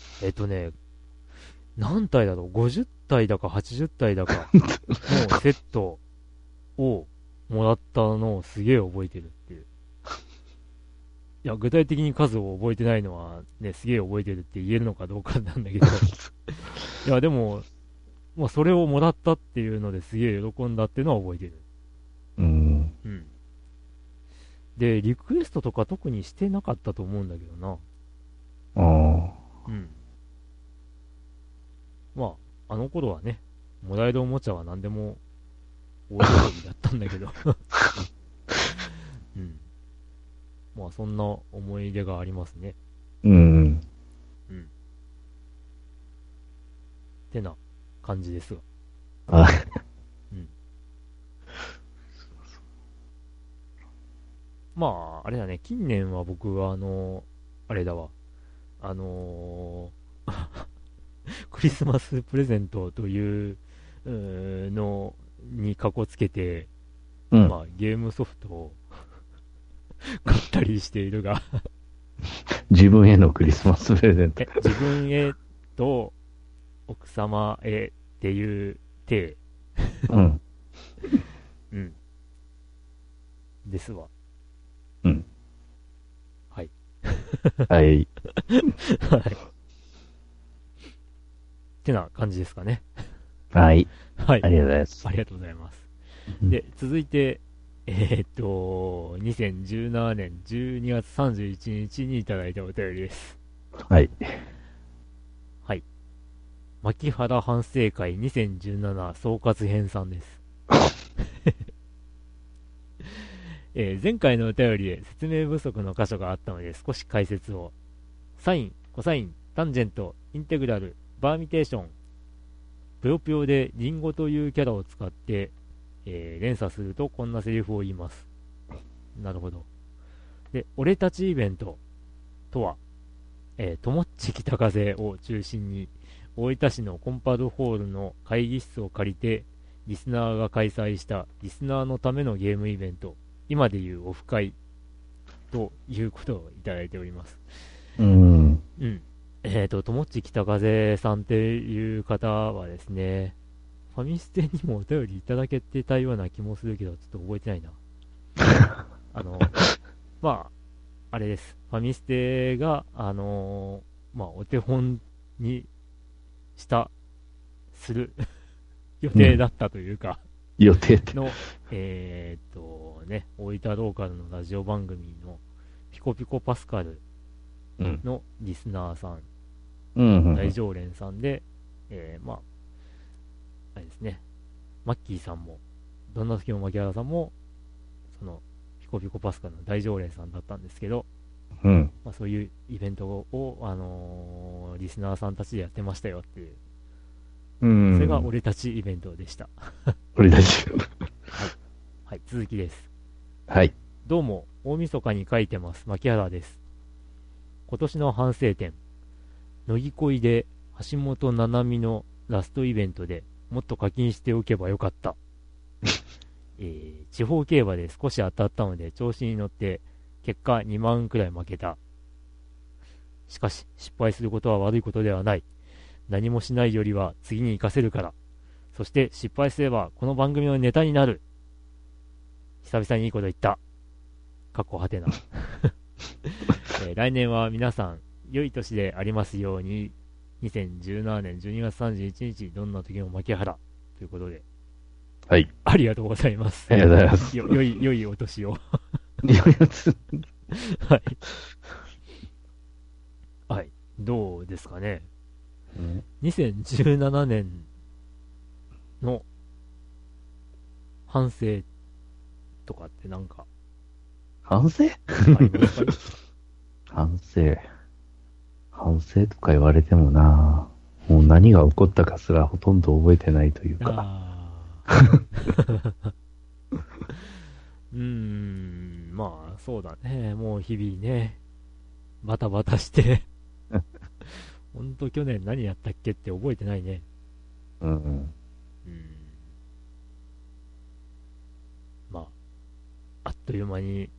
Speaker 1: 何体だろう ?50 体だか80体だかのセットをもらったのをすげえ覚えてるっていう。いや、具体的に数を覚えてないのはね、すげえ覚えてるって言えるのかどうかなんだけど。いや、でも、まあ、それをもらったっていうのですげえ喜んだっていうのは覚えてる。で、リクエストとか特にしてなかったと思うんだけどな。まあ、あの頃はね、もらえるおもちゃは何でも大喜びだったんだけど。まあ、そんな思い出がありますね。ってな感じですが。まあ、あれだね、近年は僕はあれだわ、クリスマスプレゼントというのにかこつけて、まあ、ゲームソフトを買ったりしているが
Speaker 2: 自分へのクリスマスプレゼント。
Speaker 1: 自分へと奥様へっていう体。 ですわ。
Speaker 2: うん。
Speaker 1: はい。
Speaker 2: はい。
Speaker 1: はい。ってな感じですかね。
Speaker 2: はい。
Speaker 1: はい。
Speaker 2: ありがとうございます。
Speaker 1: ありがとうございます。
Speaker 2: うん、
Speaker 1: で、続いて、2017年12月31日にいただいたお便りです。
Speaker 2: はい。
Speaker 1: はい。牧原反省会2017総括編さんです。前回のお便りで説明不足の箇所があったので少し解説を。サイン、コサイン、タンジェント、インテグラル、バーミテーション、ぷよぷよでリンゴというキャラを使って、連鎖するとこんなセリフを言います。なるほど。で、俺たちイベントとは、ともっち北風を中心に、大分市のコンパルホールの会議室を借りて、リスナーが開催したリスナーのためのゲームイベント、今でいうオフ会ということをいただいております。うん。ともっち北風さんっていう方はですね、ファミステにもお便りいただけてたような気もするけど、ちょっと覚えてないな。まあ、あれです。ファミステが、まあ、お手本にする予定だったというか、
Speaker 2: 予定って。
Speaker 1: の、ね、大分ローカルのラジオ番組のピコピコパスカルのリスナーさん、大常連さんで、まあ、あれですね、マッキーさんも、どんな時も牧原さんも、その、ピコピコパスカルの大常連さんだったんですけど、まあ、そういうイベントを、リスナーさんたちでやってましたよっていう、それが俺たちイベントでした。
Speaker 2: 俺たち。
Speaker 1: はい。はい、続きです。
Speaker 2: はい。
Speaker 1: どうも、大晦日に書いてます、牧原です。今年の反省点、乃木恋で橋本七海のラストイベントでもっと課金しておけばよかった。地方競馬で少し当たったので調子に乗って結果2万くらい負けた。しかし失敗することは悪いことではない。何もしないよりは次に活かせるから。そして失敗すればこの番組のネタになる。久々にいいこと言った。かっこはてな。来年は皆さん良い年でありますように。2017年12月31日どんな時も牧原ということで、
Speaker 2: はい。
Speaker 1: ありがとうございます。
Speaker 2: ありがとうございます。
Speaker 1: 良いお年を。
Speaker 2: 良いお年。
Speaker 1: はい。はい。どうですかね。2017年の反省とかってなんか。
Speaker 2: 反省反省。反省とか言われてもな、もう何が起こったかすらほとんど覚えてないというか。
Speaker 1: まあそうだね。もう日々ね、バタバタしてほんと去年何やったっけって覚えてないね。まあ、あっという間に、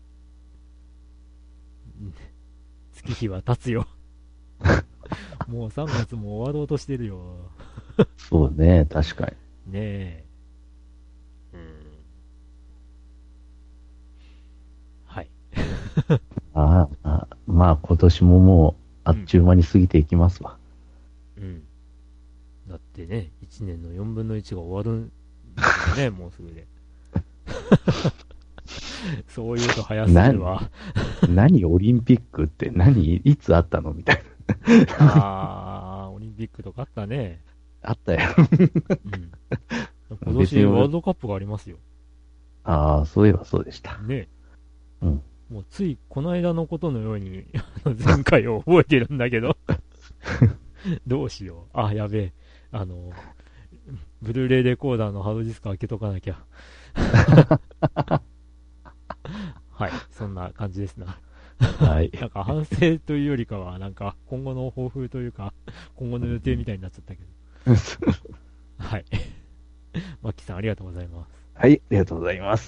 Speaker 1: 月日は経つよ。もう3月も終わろうとしてるよ。
Speaker 2: そうね、確か
Speaker 1: に。ねえ。はい。
Speaker 2: まあ今年ももうあっちゅう間に過ぎていきますわ。
Speaker 1: だってね、1年の4分の1が終わるんですよね、もうすぐで。そういうと早すぎるわ。
Speaker 2: 何オリンピックっていつあったのみたい
Speaker 1: な。オリンピックとかあったね。
Speaker 2: あったよ。
Speaker 1: 今年ワールドカップがありますよ。
Speaker 2: そういえばそうでした。
Speaker 1: ね。もうついこの間のことのように前回を覚えてるんだけどどうしよう。やべえ。ブルーレイレコーダーのハードディスク開けとかなきゃ。はい、そんな感じですな。
Speaker 2: はい。
Speaker 1: なんか反省というよりかは、なんか今後の抱負というか、今後の予定みたいになっちゃったけど。はい。マッキーさんありがとうございます。
Speaker 2: はい、ありがとうございます。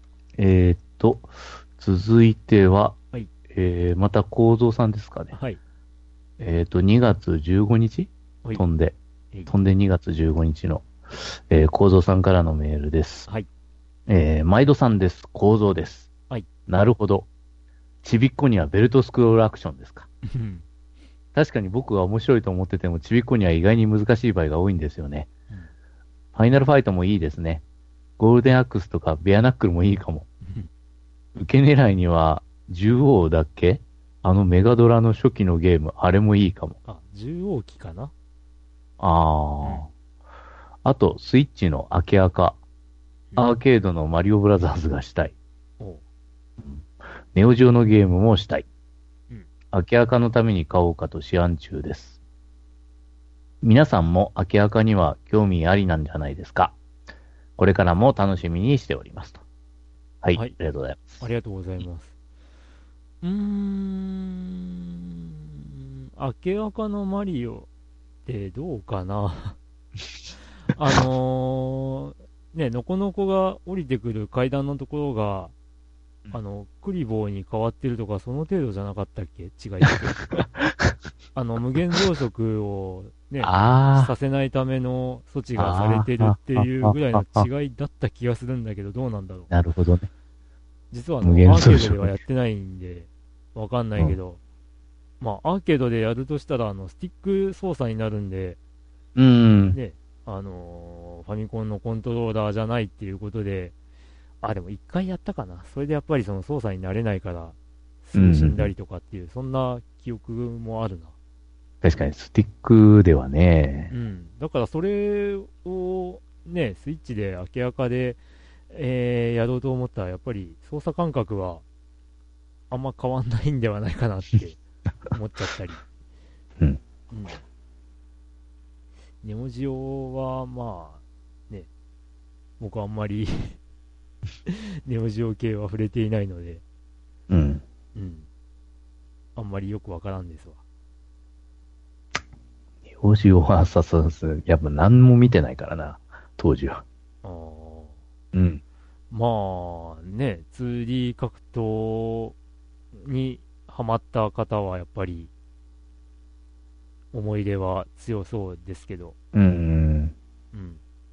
Speaker 2: 続いては、
Speaker 1: はい。
Speaker 2: また構造さんですかね。
Speaker 1: はい。
Speaker 2: 2月15日、はい、飛んで2月15日の、構造さんからのメールです。
Speaker 1: はい。
Speaker 2: 毎度さんです。構造です。
Speaker 1: はい。
Speaker 2: なるほど。ちびっこにはベルトスクロールアクションですか。
Speaker 1: うん。
Speaker 2: 確かに僕が面白いと思ってても、ちびっこには意外に難しい場合が多いんですよね。
Speaker 1: うん。
Speaker 2: ファイナルファイトもいいですね。ゴールデンアックスとかベアナックルもいいかも。受け狙いには、獣王だっけ、あのメガドラの初期のゲーム、あれもいいかも。
Speaker 1: あ、獣王機かな。うん。
Speaker 2: ああ。あと、スイッチの明け赤。
Speaker 1: うん。
Speaker 2: アーケードのマリオブラザーズがしたい。
Speaker 1: おう。
Speaker 2: ネオジオのゲームもしたい。
Speaker 1: うん。
Speaker 2: 明け赤のために買おうかと思案中です。皆さんも明け赤には興味ありなんじゃないですか。これからも楽しみにしておりますと。はい、
Speaker 1: はい。
Speaker 2: ありがとうございます。
Speaker 1: ありがとうございます。明け赤のマリオってどうかな。のこのこが降りてくる階段のところが、クリボーに変わってるとか、その程度じゃなかったっけ、違いって。無限増殖をね、させないための措置がされてるっていうぐらいの違いだった気がするんだけど、どうなんだろう。
Speaker 2: なるほどね。
Speaker 1: 実はアーケードではやってないんで、わかんないけど、まあ、アーケードでやるとしたら、スティック操作になるんで、
Speaker 2: うん。
Speaker 1: ね、ファミコンのコントローラーじゃないっていうことで、あ、でも一回やったかな。それでやっぱりその操作になれないから、すぐ死んだりとかっていう、そんな記憶もあるな。
Speaker 2: 確かに、スティックではね。
Speaker 1: うん。だからそれを、ね、スイッチで明け赤で、やろうと思ったら、やっぱり操作感覚はあんま変わんないんではないかなって思っちゃったり。
Speaker 2: うん。
Speaker 1: うん。ネオジオは、まあ、ね、僕はあんまりネオジオ系は触れていないので、
Speaker 2: うん。
Speaker 1: うん。あんまりよくわからんですわ。
Speaker 2: ネオジオはさすがやっぱ何も見てないからな、当時は。
Speaker 1: ああ。
Speaker 2: うん。
Speaker 1: まあ、ね、2D 格闘にハマった方はやっぱり思い出は強そうですけど、
Speaker 2: うん。
Speaker 1: うん。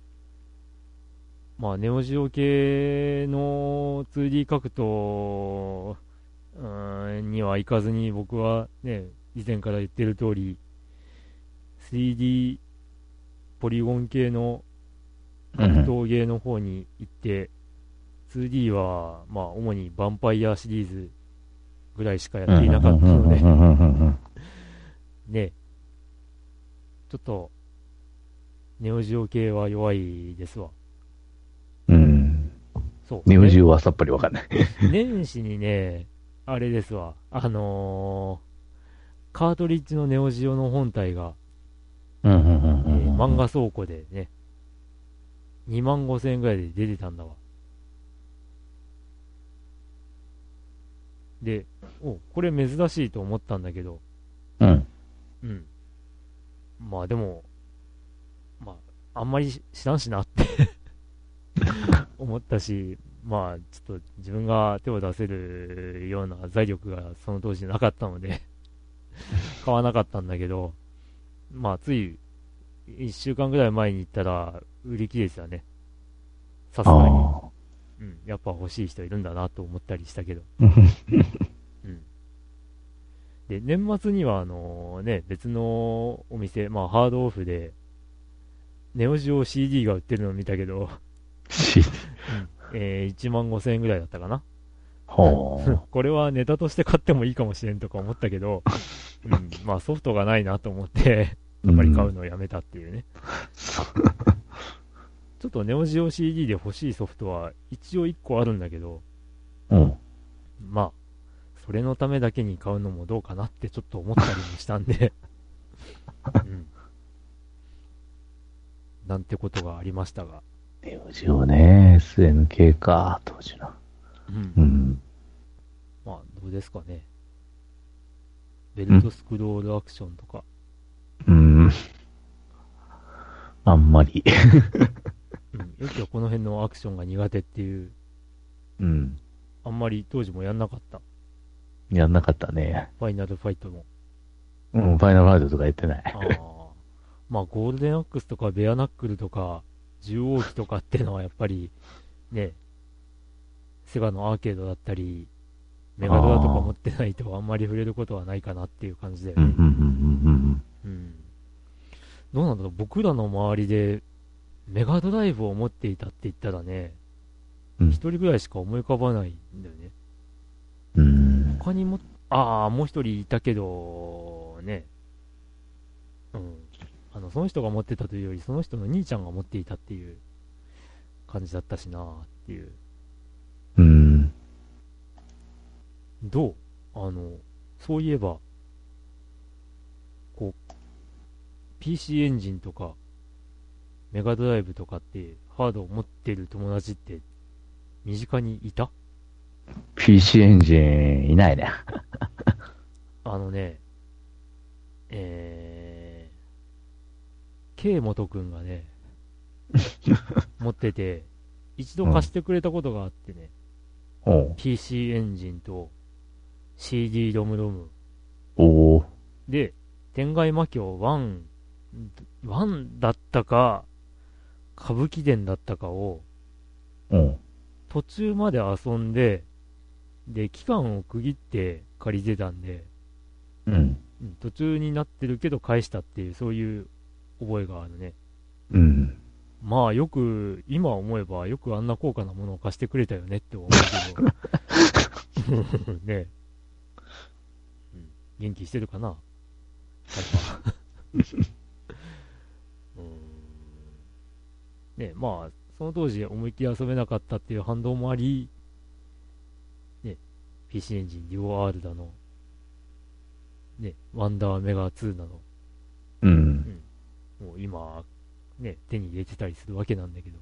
Speaker 1: まあ、ネオジオ系の 2D 格闘には行かずに、僕はね、以前から言ってる通り、3D ポリゴン系の格闘ゲーの方に行って、2D は、まあ、主にヴァンパイアシリーズぐらいしかやっていなかったので、ね、ちょっと、ネオジオ系は弱いですわ。
Speaker 2: うん。
Speaker 1: そう。
Speaker 2: ネオジオはさっぱりわかんない。
Speaker 1: 年始にね、あれですわ、カートリッジのネオジオの本体が、漫画倉庫でね、2万5千円ぐらいで出てたんだわ。で、これ珍しいと思ったんだけど、
Speaker 2: うん。
Speaker 1: うん。まあでも、まあ、あんまり知らんしなって思ったし、まあ、ちょっと自分が手を出せるような財力がその当時なかったので買わなかったんだけど、まあ、つい1週間ぐらい前に行ったら売り切れですよね。さすがに。うん、やっぱ欲しい人いるんだなと思ったりしたけど。うん。で、年末には別のお店、まあ、ハードオフで、ネオジオ CD が売ってるのを見たけど、うん、1万5千円ぐらいだったかな。これはネタとして買ってもいいかもしれんとか思ったけど、うん、まあソフトがないなと思ってあんまり買うのをやめたっていうね。ちょっとネオジオ CD で欲しいソフトは一応1個あるんだけど、まあ、それのためだけに買うのもどうかなってちょっと思ったりもしたんでうん。なんてことがありましたが。
Speaker 2: ネオジオね、SNK か、当時の。
Speaker 1: うん。まあ、どうですかね。ベルトスクロールアクションとか。
Speaker 2: あんまり。
Speaker 1: うん。よくはこの辺のアクションが苦手っていう。あんまり当時もやんなかった。
Speaker 2: やんなかったね。
Speaker 1: ファイナルファイトも。
Speaker 2: ファイナルファイトとかやってない。
Speaker 1: まあ、ゴールデンアックスとかベアナックルとか、獣王機とかっていうのはやっぱり、ね、 セガのアーケードだったり、メガドラとか持ってないとあんまり触れることはないかなっていう感じだよね。うん。どうなんだろう、僕らの周りでメガドライブを持っていたって言ったらね、一人ぐらいしか思い浮かばないんだよね。他にも、もう一人いたけど、ね。うん。その人が持ってたというより、その人の兄ちゃんが持っていたっていう感じだったしなっていう。どうそういえば、こう、PC エンジンとか、メガドライブとかってハードを持ってる友達って身近にいた？
Speaker 2: PC エンジンいないね。
Speaker 1: あのね、K 元くんがね、持ってて、一度貸してくれたことがあってね、PC エンジンと CD ロムロム。で、天外魔境1だったか、歌舞伎伝だったかを、途中まで遊んで、で、期間を区切って借りてたんで、途中になってるけど返したっていう、そういう覚えがあるね。まあよく、今思えばよくあんな高価なものを貸してくれたよねって思うけど。ね、元気してるかな、ね、まあ、その当時思いっきり遊べなかったっていう反動もあり、ね、PC エンジン、デュオ R だの、ね、ワンダーメガ2なの、もう今、ね、手に入れてたりするわけなんだけど、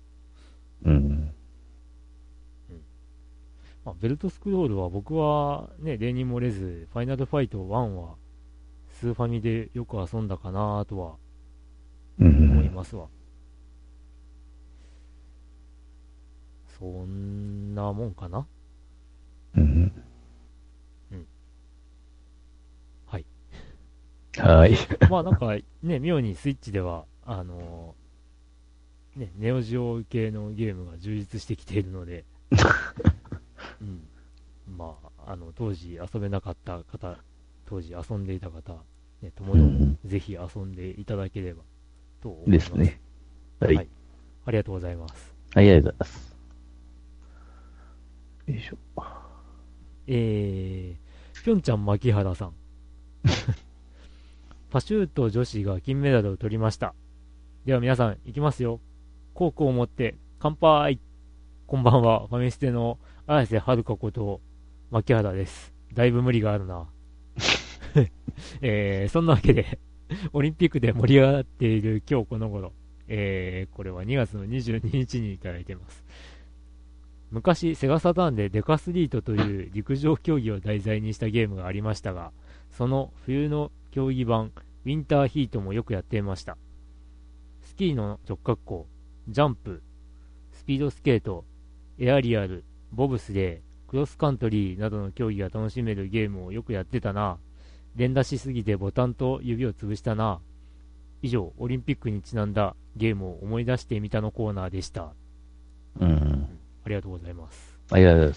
Speaker 1: まあ、ベルトスクロールは僕はね、例に漏れず、ファイナルファイト1は、スーファミでよく遊んだかなとは、思いますわ。そんなもんかな。はい。
Speaker 2: はい。
Speaker 1: まあなんかね、妙にスイッチでは、ね、ネオジオ系のゲームが充実してきているので、まあ、当時遊べなかった方、当時遊んでいた方、ね、ともどもぜひ遊んでいただければと思います。
Speaker 2: ですね。はい。
Speaker 1: ありがとうございます。
Speaker 2: ありがとうございます。よいしょ。
Speaker 1: ぴょんちゃん牧原さん。パシュート女子が金メダルを取りました。では皆さん、行きますよ。コークを持って、乾杯。こんばんは、ファミステの綾瀬はるかこと牧原です。だいぶ無理があるな。そんなわけで、オリンピックで盛り上がっている今日この頃、これは2月の22日にいただいています。昔、セガサターンでデカスリートという陸上競技を題材にしたゲームがありましたが、その冬の競技版、ウィンターヒートもよくやっていました。スキーの直角行、ジャンプ、スピードスケート、エアリアル、ボブスレー、クロスカントリーなどの競技が楽しめるゲームをよくやってたな。連打しすぎてボタンと指を潰したな。以上、オリンピックにちなんだゲームを思い出してみたのコーナーでした。ありがとうございます。
Speaker 2: ありがとうございます。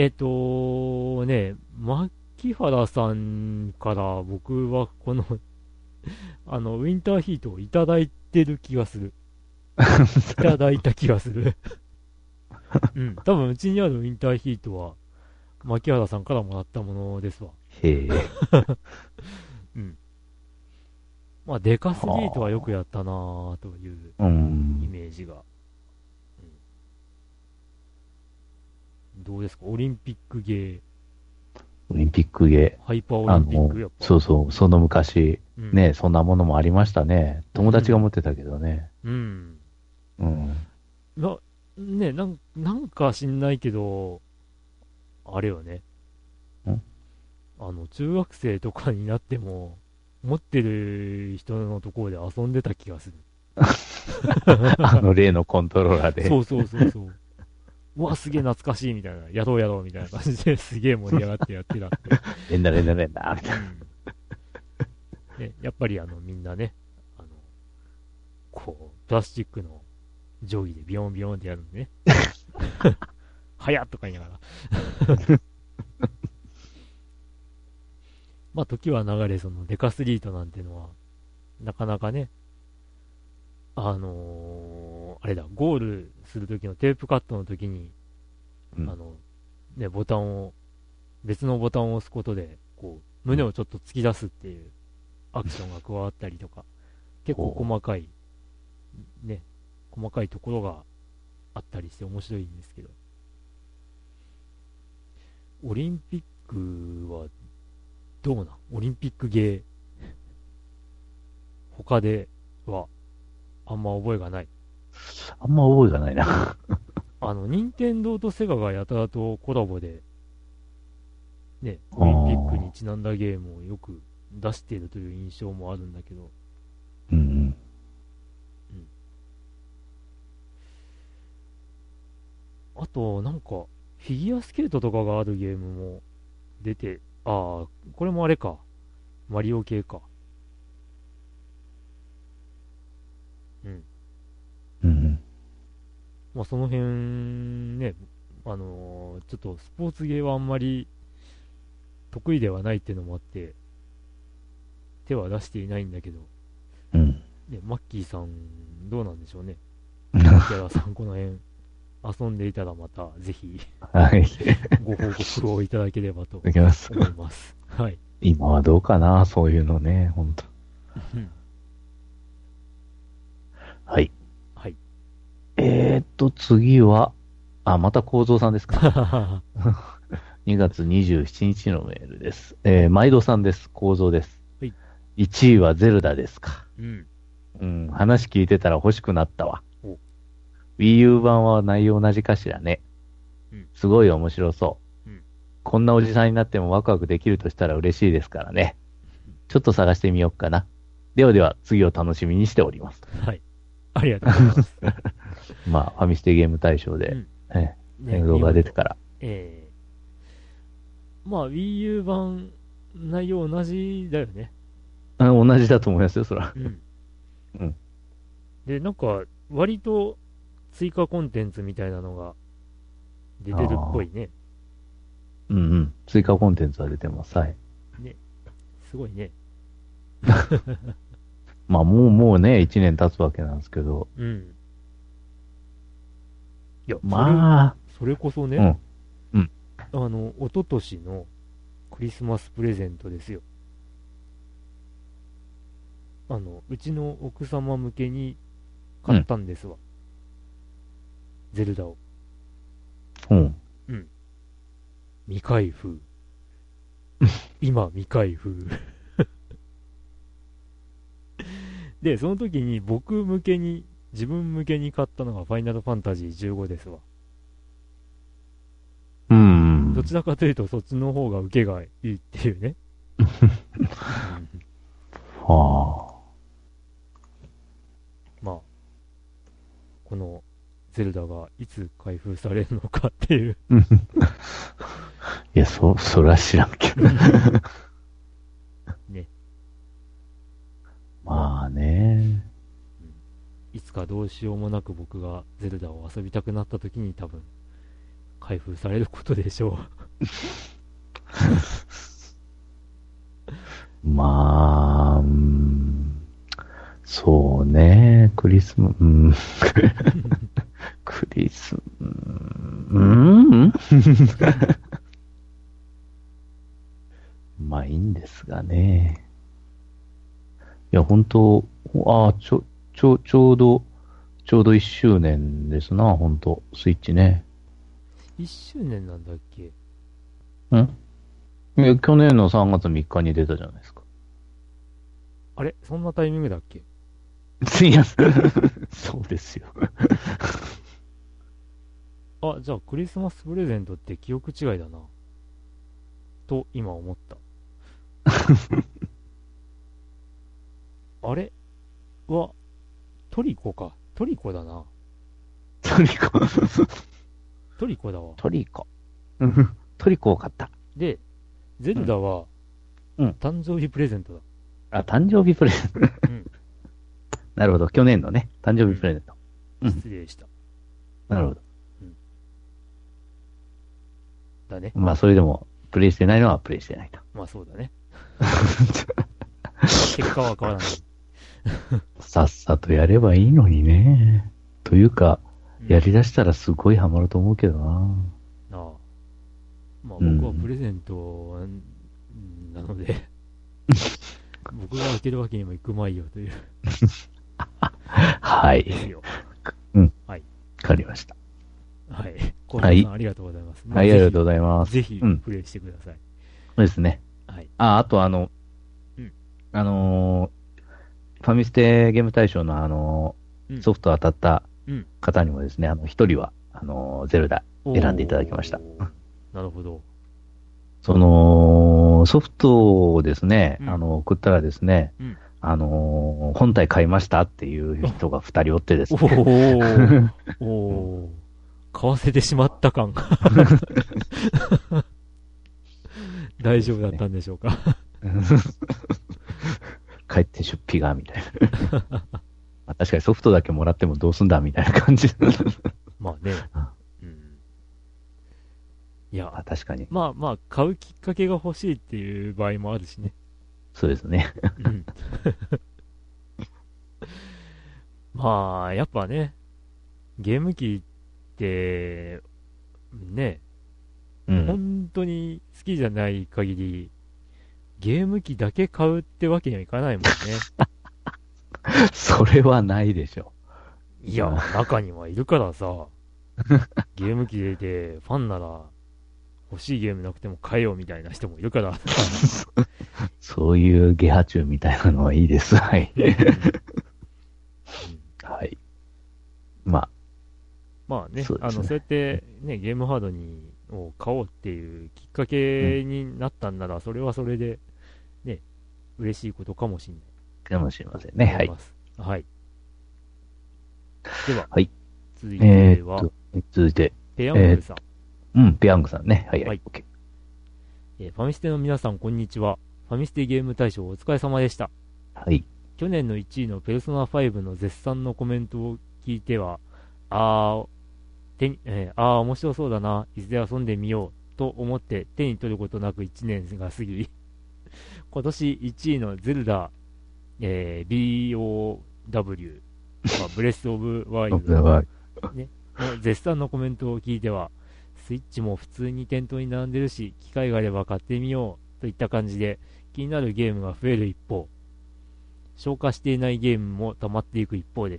Speaker 1: 牧原さんから僕はこのウィンターヒートをいただいてる気がする。いただいた気がする。多分うちにあるウィンターヒートは、牧原さんからもらったものですわ。
Speaker 2: へえ。
Speaker 1: まあ、デカスリートはよくやったなぁというイメージが。どうですか、オリンピックゲー。
Speaker 2: オリンピックゲ
Speaker 1: ー。ハイパーオリンピックやっぱ。
Speaker 2: そうそう、その昔、ね、そんなものもありましたね。友達が持ってたけどね。
Speaker 1: なんか知んないけど、あれよね。中学生とかになっても、持ってる人のところで遊んでた気がする。
Speaker 2: 例のコントローラーで。
Speaker 1: そうそうそうそう。うわ、すげえ懐かしいみたいな。やろうやろうみたいな感じですげえ盛り上がってやってたって。
Speaker 2: 連打みたいな。
Speaker 1: ね、やっぱりみんなね、こう、プラスチックの定規でビヨンビヨンってやるんでね。 早っとか言いながら。まあ、時は流れ、そのデカスリートなんてのは、なかなかね、あれだ、ゴールするときのテープカットのときに、
Speaker 2: うん
Speaker 1: ね、別のボタンを押すことで、こう、胸をちょっと突き出すっていうアクションが加わったりとか、結構細かい、ね、細かいところがあったりして面白いんですけど、オリンピックはどうなん？オリンピックゲー、他ではあんま覚えがない。
Speaker 2: あんま覚えがないな。
Speaker 1: 任天堂とセガがやたらとコラボで、ね、オリンピックにちなんだゲームをよく出しているという印象もあるんだけど、
Speaker 2: うん。
Speaker 1: あと、なんか、フィギュアスケートとかがあるゲームも出て、ああ、これもあれか。マリオ系か。うん。
Speaker 2: うん。
Speaker 1: まあ、その辺ね、ちょっとスポーツゲーはあんまり得意ではないっていうのもあって、手は出していないんだけど、
Speaker 2: うん。
Speaker 1: ね、マッキーさん、どうなんでしょうね。キャラさん、この辺、遊んでいたらまた、ぜひ、
Speaker 2: はい。
Speaker 1: ご報告をいただければと
Speaker 2: いきます。
Speaker 1: 思います。はい。
Speaker 2: 今はどうかな、そういうのね、ほんと。はい。
Speaker 1: はい。
Speaker 2: 次は、また構造さんですか。2月27日のメールです。毎度さんです。構造です。
Speaker 1: はい。
Speaker 2: 1位はゼルダですか。
Speaker 1: うん。
Speaker 2: うん、話聞いてたら欲しくなったわ。
Speaker 1: お、
Speaker 2: Wii U 版は内容同じかしらね。
Speaker 1: うん。
Speaker 2: すごい面白そう。
Speaker 1: うん。
Speaker 2: こんなおじさんになってもワクワクできるとしたら嬉しいですからね。ちょっと探してみようかな。ではでは、次を楽しみにしております。
Speaker 1: はい。ありがとうございます。
Speaker 2: まあ、ファミステゲーム大賞で、
Speaker 1: うん。ね、
Speaker 2: 映像が出てから。
Speaker 1: まあ、Wii U 版、内容同じだよね。
Speaker 2: 同じだと思いますよ、そら。
Speaker 1: うん。
Speaker 2: うん。
Speaker 1: で、なんか、割と追加コンテンツみたいなのが出てるっぽいね。
Speaker 2: うんうん。追加コンテンツは出てます。はい。
Speaker 1: ね。すごいね。
Speaker 2: まあ、もうね、1年経つわけなんですけど。
Speaker 1: うん。いや、
Speaker 2: まあ、
Speaker 1: それこそね、
Speaker 2: うん。うん。
Speaker 1: 一昨年のクリスマスプレゼントですよ。うちの奥様向けに買ったんですわ。ゼルダを。
Speaker 2: うん。
Speaker 1: うん。未開封。今、未開封。で、その時に自分向けに買ったのがファイナルファンタジー15ですわ。どちらかというとそっちの方が受けがいいっていうね。
Speaker 2: はあ。
Speaker 1: まあ、このゼルダがいつ開封されるのかっていう。
Speaker 2: いや、そら知らんけど。
Speaker 1: ね。
Speaker 2: まあね。
Speaker 1: いつかどうしようもなく僕がゼルダを遊びたくなった時に多分開封されることでしょ
Speaker 2: う。まあ、そうね。クリスマ、クリス、まあいいんですがね。いや、本当ちょうど1周年ですな、本当スイッチね。
Speaker 1: 1周年なんだっけ？
Speaker 2: いや、去年の3月3日に出たじゃないですか。
Speaker 1: あれそんなタイミングだっけ？
Speaker 2: いや、そうですよ。
Speaker 1: あ、じゃあクリスマスプレゼントって記憶違いだな。と今思った。あれは、トリコか。トリコだな。
Speaker 2: トリコ。
Speaker 1: トリコだわ。
Speaker 2: トリコ。トリコを買った。
Speaker 1: で、ゼルダは、誕生日プレゼントだ。
Speaker 2: 誕生日プレゼント。なるほど。去年のね、誕生日プレゼント。
Speaker 1: 失礼した。
Speaker 2: なるほど。
Speaker 1: だね。
Speaker 2: まあ、それでも、プレイしてないのはプレイしてないと。
Speaker 1: まあ、そうだね。結果は変わらない。
Speaker 2: さっさとやればいいのにね。というか、やりだしたらすごいハマると思うけどな。
Speaker 1: ああ。まあ、僕はプレゼントなので、僕が開けるわけにもいくまいよという。
Speaker 2: はい。
Speaker 1: ですよ。
Speaker 2: うん。
Speaker 1: はい。
Speaker 2: わかりました。
Speaker 1: はい。小野さん、ありがとうございます。
Speaker 2: はい、ありがとうございます。
Speaker 1: ぜひ、プレイしてください。
Speaker 2: そうですね。
Speaker 1: はい。
Speaker 2: あとファミステゲーム大賞のソフト当たった方にもですね、一人は、ゼルダ選んでいただきました。
Speaker 1: なるほど。
Speaker 2: ソフトをですね、送ったらですね、本体買いましたっていう人が2人おってですね。
Speaker 1: 買わせてしまった感が。大丈夫だったんでしょうか。
Speaker 2: 帰って出費が、みたいな。まあ、確かにソフトだけもらってもどうすんだ、みたいな感じ。
Speaker 1: まあね。いや、
Speaker 2: 確かに。
Speaker 1: まあ、買うきっかけが欲しいっていう場合もあるしね。
Speaker 2: そうですね。
Speaker 1: まあ、やっぱね、ゲーム機って、ね、本当に好きじゃない限り、ゲーム機だけ買うってわけにはいかないもんね。
Speaker 2: それはないでしょ。
Speaker 1: いや、中にはいるからさ、ゲーム機でファンなら欲しいゲームなくても買えよみたいな人もいるから。
Speaker 2: そういうゲハチュウみたいなのはいいです。はい。はい。ま
Speaker 1: あね、そうやってね、ゲームハードを買おうっていうきっかけになったんなら、それはそれで、ね、嬉しいことかもしれない。
Speaker 2: かもしれませんね。はい。
Speaker 1: はい。では、
Speaker 2: はい。
Speaker 1: 続いては、ペヤングさん。
Speaker 2: ペヤングさんね。はい。
Speaker 1: ファミステの皆さん、こんにちは。ファミステゲーム大賞お疲れ様でした。
Speaker 2: はい。
Speaker 1: 去年の1位のペルソナ5の絶賛のコメントを聞いては、面白そうだな、いずれ遊んでみようと思って手に取ることなく1年が過ぎ、今年1位のゼルダ、BOW、ブレスオブワイルド、ね、の絶賛のコメントを聞いては、スイッチも普通に店頭に並んでるし、機会があれば買ってみようといった感じで、気になるゲームが増える一方、消化していないゲームも溜まっていく一方です。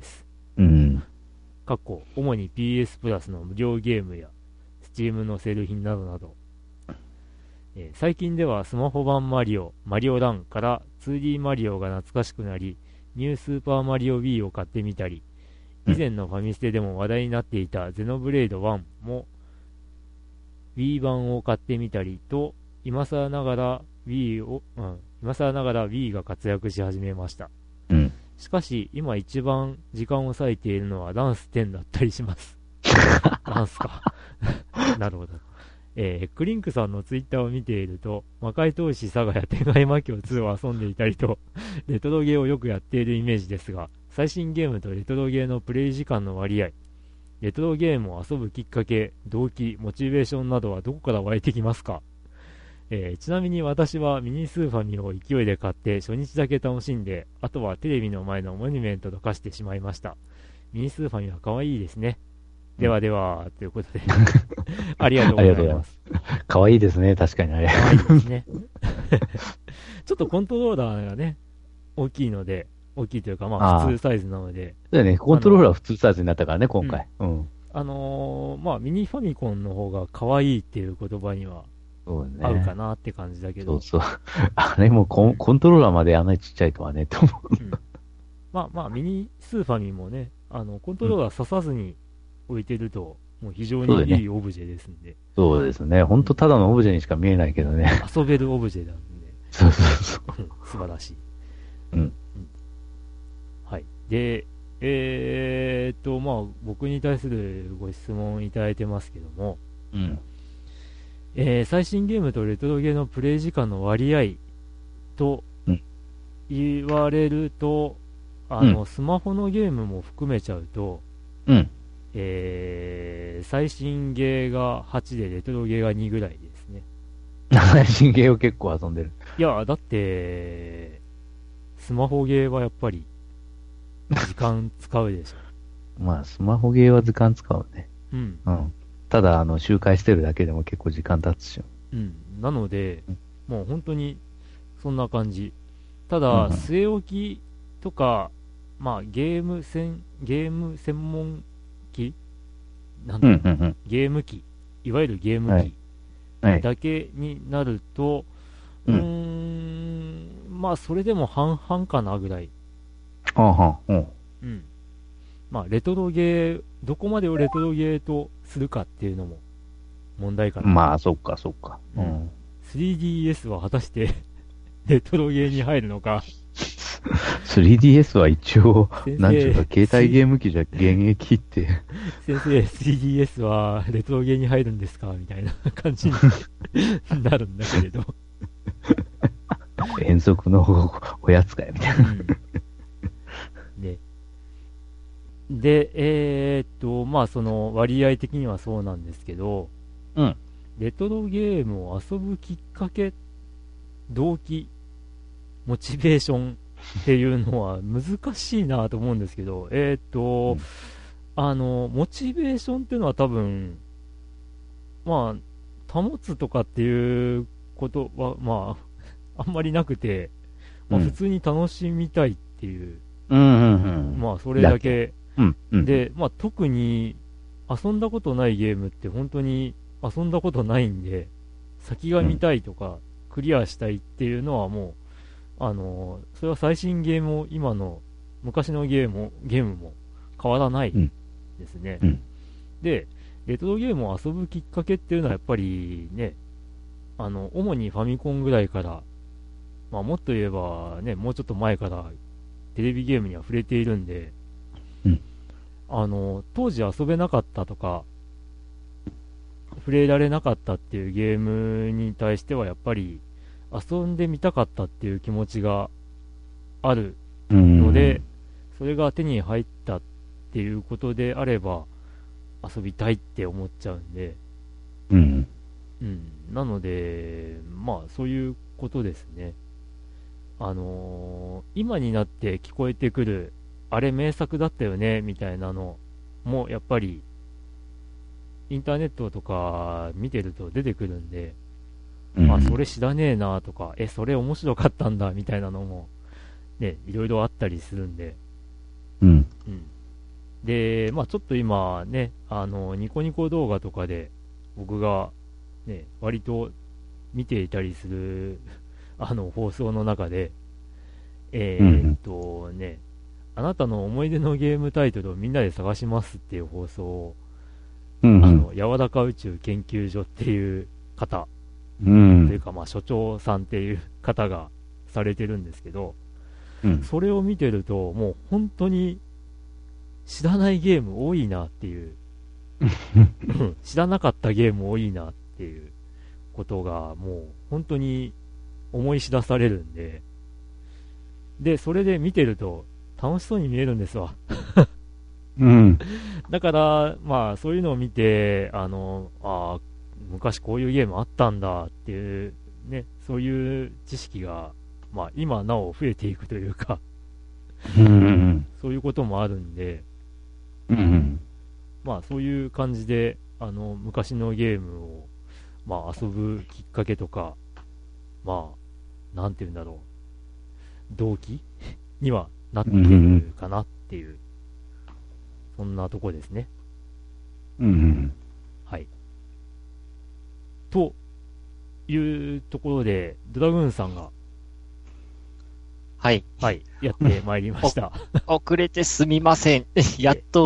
Speaker 1: 主に PS プラスの無料ゲームや Steam のセール品などなど、最近ではスマホ版マリオランから 2D マリオが懐かしくなり、ニュースーパーマリオ Wii を買ってみたり、以前のファミステでも話題になっていたゼノブレイド1も Wii 版を買ってみたりと、今更ながら Wii が活躍し始めました。しかし、今一番時間を割いているのはダンス10だったりします。ダンスか。なるほど。クリンクさんのツイッターを見ていると、魔界闘士サガや天外魔境2を遊んでいたりと、レトロゲーをよくやっているイメージですが、最新ゲームとレトロゲーのプレイ時間の割合、レトロゲームを遊ぶきっかけ、動機、モチベーションなどはどこから湧いてきますか？ちなみに私はミニスーファミを勢いで買って初日だけ楽しんで、あとはテレビの前のモニュメントと化してしまいました。ミニスーファミは可愛いですね。ではでは、ということでありがとうございます。
Speaker 2: 可愛いですね、確かにあれ。
Speaker 1: 可愛いですね。ちょっとコントローラーがね、大きいというか、普通サイズなので。
Speaker 2: そうだね、コントローラーは普通サイズになったからね、今回。ミ
Speaker 1: ニファミコンの方が可愛いっていう言葉には、合うかなって感じだけど。
Speaker 2: あれもコントローラーまであんなにちっちゃいとはね、と思
Speaker 1: う。ミニスーファミもね、コントローラー刺さずに置いてると、もう非常にいいオブジェですんで。
Speaker 2: そうですね。ほんとただのオブジェにしか見えないけどね。
Speaker 1: 遊べるオブジェなんで。
Speaker 2: そう。
Speaker 1: 素晴らしい。はい。で、僕に対するご質問いただいてますけども、最新ゲームとレトロゲーのプレイ時間の割合と言われると、スマホのゲームも含めちゃうと、 最新ゲーが8でレトロゲーが2ぐらいですね。
Speaker 2: 最新ゲーを結構遊んでる。
Speaker 1: いや、だって、スマホゲーはやっぱり、時間使うでしょ。
Speaker 2: まあ、スマホゲーは時間使うね。
Speaker 1: うん。
Speaker 2: うん。ただ、周回してるだけでも結構時間経つし。
Speaker 1: うん。なので、もう本当に、そんな感じ。た
Speaker 2: うん
Speaker 1: だ、
Speaker 2: うん
Speaker 1: 据え置きとか、まあ、ゲーム専門機なんだろう、ゲーム機、いわゆるゲーム
Speaker 2: はい
Speaker 1: 機
Speaker 2: はい。
Speaker 1: だけになると、まあ、それでも半々かなぐらい。
Speaker 2: はあはあ。
Speaker 1: うん。まあ、レトロゲー、どこまでをレトロゲーとするかっていうのも問題かな。
Speaker 2: まあ、そっか、そっか。
Speaker 1: うん。3DS は果たしてレトロゲーに入るのか。
Speaker 2: 3DS は一応、
Speaker 1: 先生
Speaker 2: なんちゅうか、携帯ゲーム機じゃ現役って
Speaker 1: 先生、3DS はレトロゲーに入るんですかみたいな感じになるんだけれど。
Speaker 2: 遠足のおやつかよ、みたいな。
Speaker 1: ね。で、まあ、その割合的にはそうなんですけど、
Speaker 2: うん。
Speaker 1: レトロゲームを遊ぶきっかけ、動機、モチベーションっていうのは難しいなと思うんですけど、モチベーションっていうのは多分、まあ、保つとかっていうことは、まあ、あんまりなくて、まあ、普通に楽しみたいっていう、まあ、それだけ。で、まあ、特に遊んだことないゲームって本当に遊んだことないんで、先が見たいとか、クリアしたいっていうのはもう、それは最新ゲームも今の昔のゲームも変わらないですね。で、レトロゲームを遊ぶきっかけっていうのはやっぱりね、主にファミコンぐらいから、まあもっと言えばね、もうちょっと前からテレビゲームには触れているんで、当時遊べなかったとか、触れられなかったっていうゲームに対してはやっぱり遊んでみたかったっていう気持ちがあるので、それが手に入ったっていうことであれば遊びたいって思っちゃうんで、なので、まあそういうことですね。今になって聞こえてくるあれ名作だったよねみたいなのもやっぱりインターネットとか見てると出てくるんで、あ、それ知らねえなとか、それ面白かったんだみたいなのもね、いろいろあったりするんで、で、まあちょっと今ね、ニコニコ動画とかで僕がね、割と見ていたりする放送の中で、ね、あなたの思い出のゲームタイトルをみんなで探しますっていう放送を、柔らか宇宙研究所っていう方、というか、まあ、所長さんっていう方がされてるんですけど、それを見てると、もう本当に知らないゲーム多いなっていう、知らなかったゲーム多いなっていうことが、もう本当に思い知らされるんで、で、それで見てると楽しそうに見えるんですわ。だから、まあ、そういうのを見て、昔こういうゲームあったんだっていう、ね、そういう知識が、まあ、今なお増えていくというか、そういうこともあるんで、まあ、そういう感じで、昔のゲームを、まあ、遊ぶきっかけとか、まあ、なんていうんだろう、動機にはなっているかなっていう、そんなとこですね。はい。というところで、ドラグーンさんが、
Speaker 4: はい。
Speaker 1: やってまいりました。
Speaker 4: 遅れてすみません。やっと、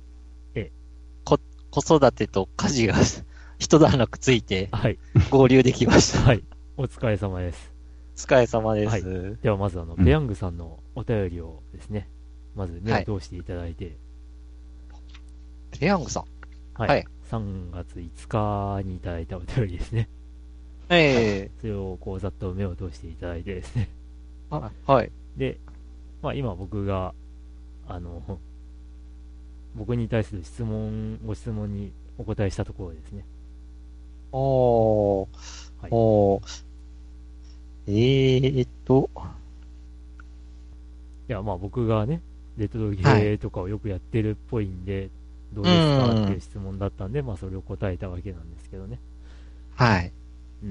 Speaker 4: 子育てと家事が一段落ついて、合流できました。
Speaker 1: お疲れ様です。
Speaker 4: お疲れ様です。
Speaker 1: ではまずペヤングさんのお便りをですね、まず目を通していただいて。
Speaker 4: ペヤングさん。
Speaker 1: 3月5日にいただいたお便りですね。それをこうざっと目を通していただいてですね。で、まあ今僕が、 僕に対するご質問にお答えしたところですね。
Speaker 4: はい。い
Speaker 1: や、まあ僕がね、レトロゲーとかをよくやってるっぽいんで、どうですかっていう質問だったんで、まあそれを答えたわけなんですけどね。
Speaker 4: はい。
Speaker 1: うん。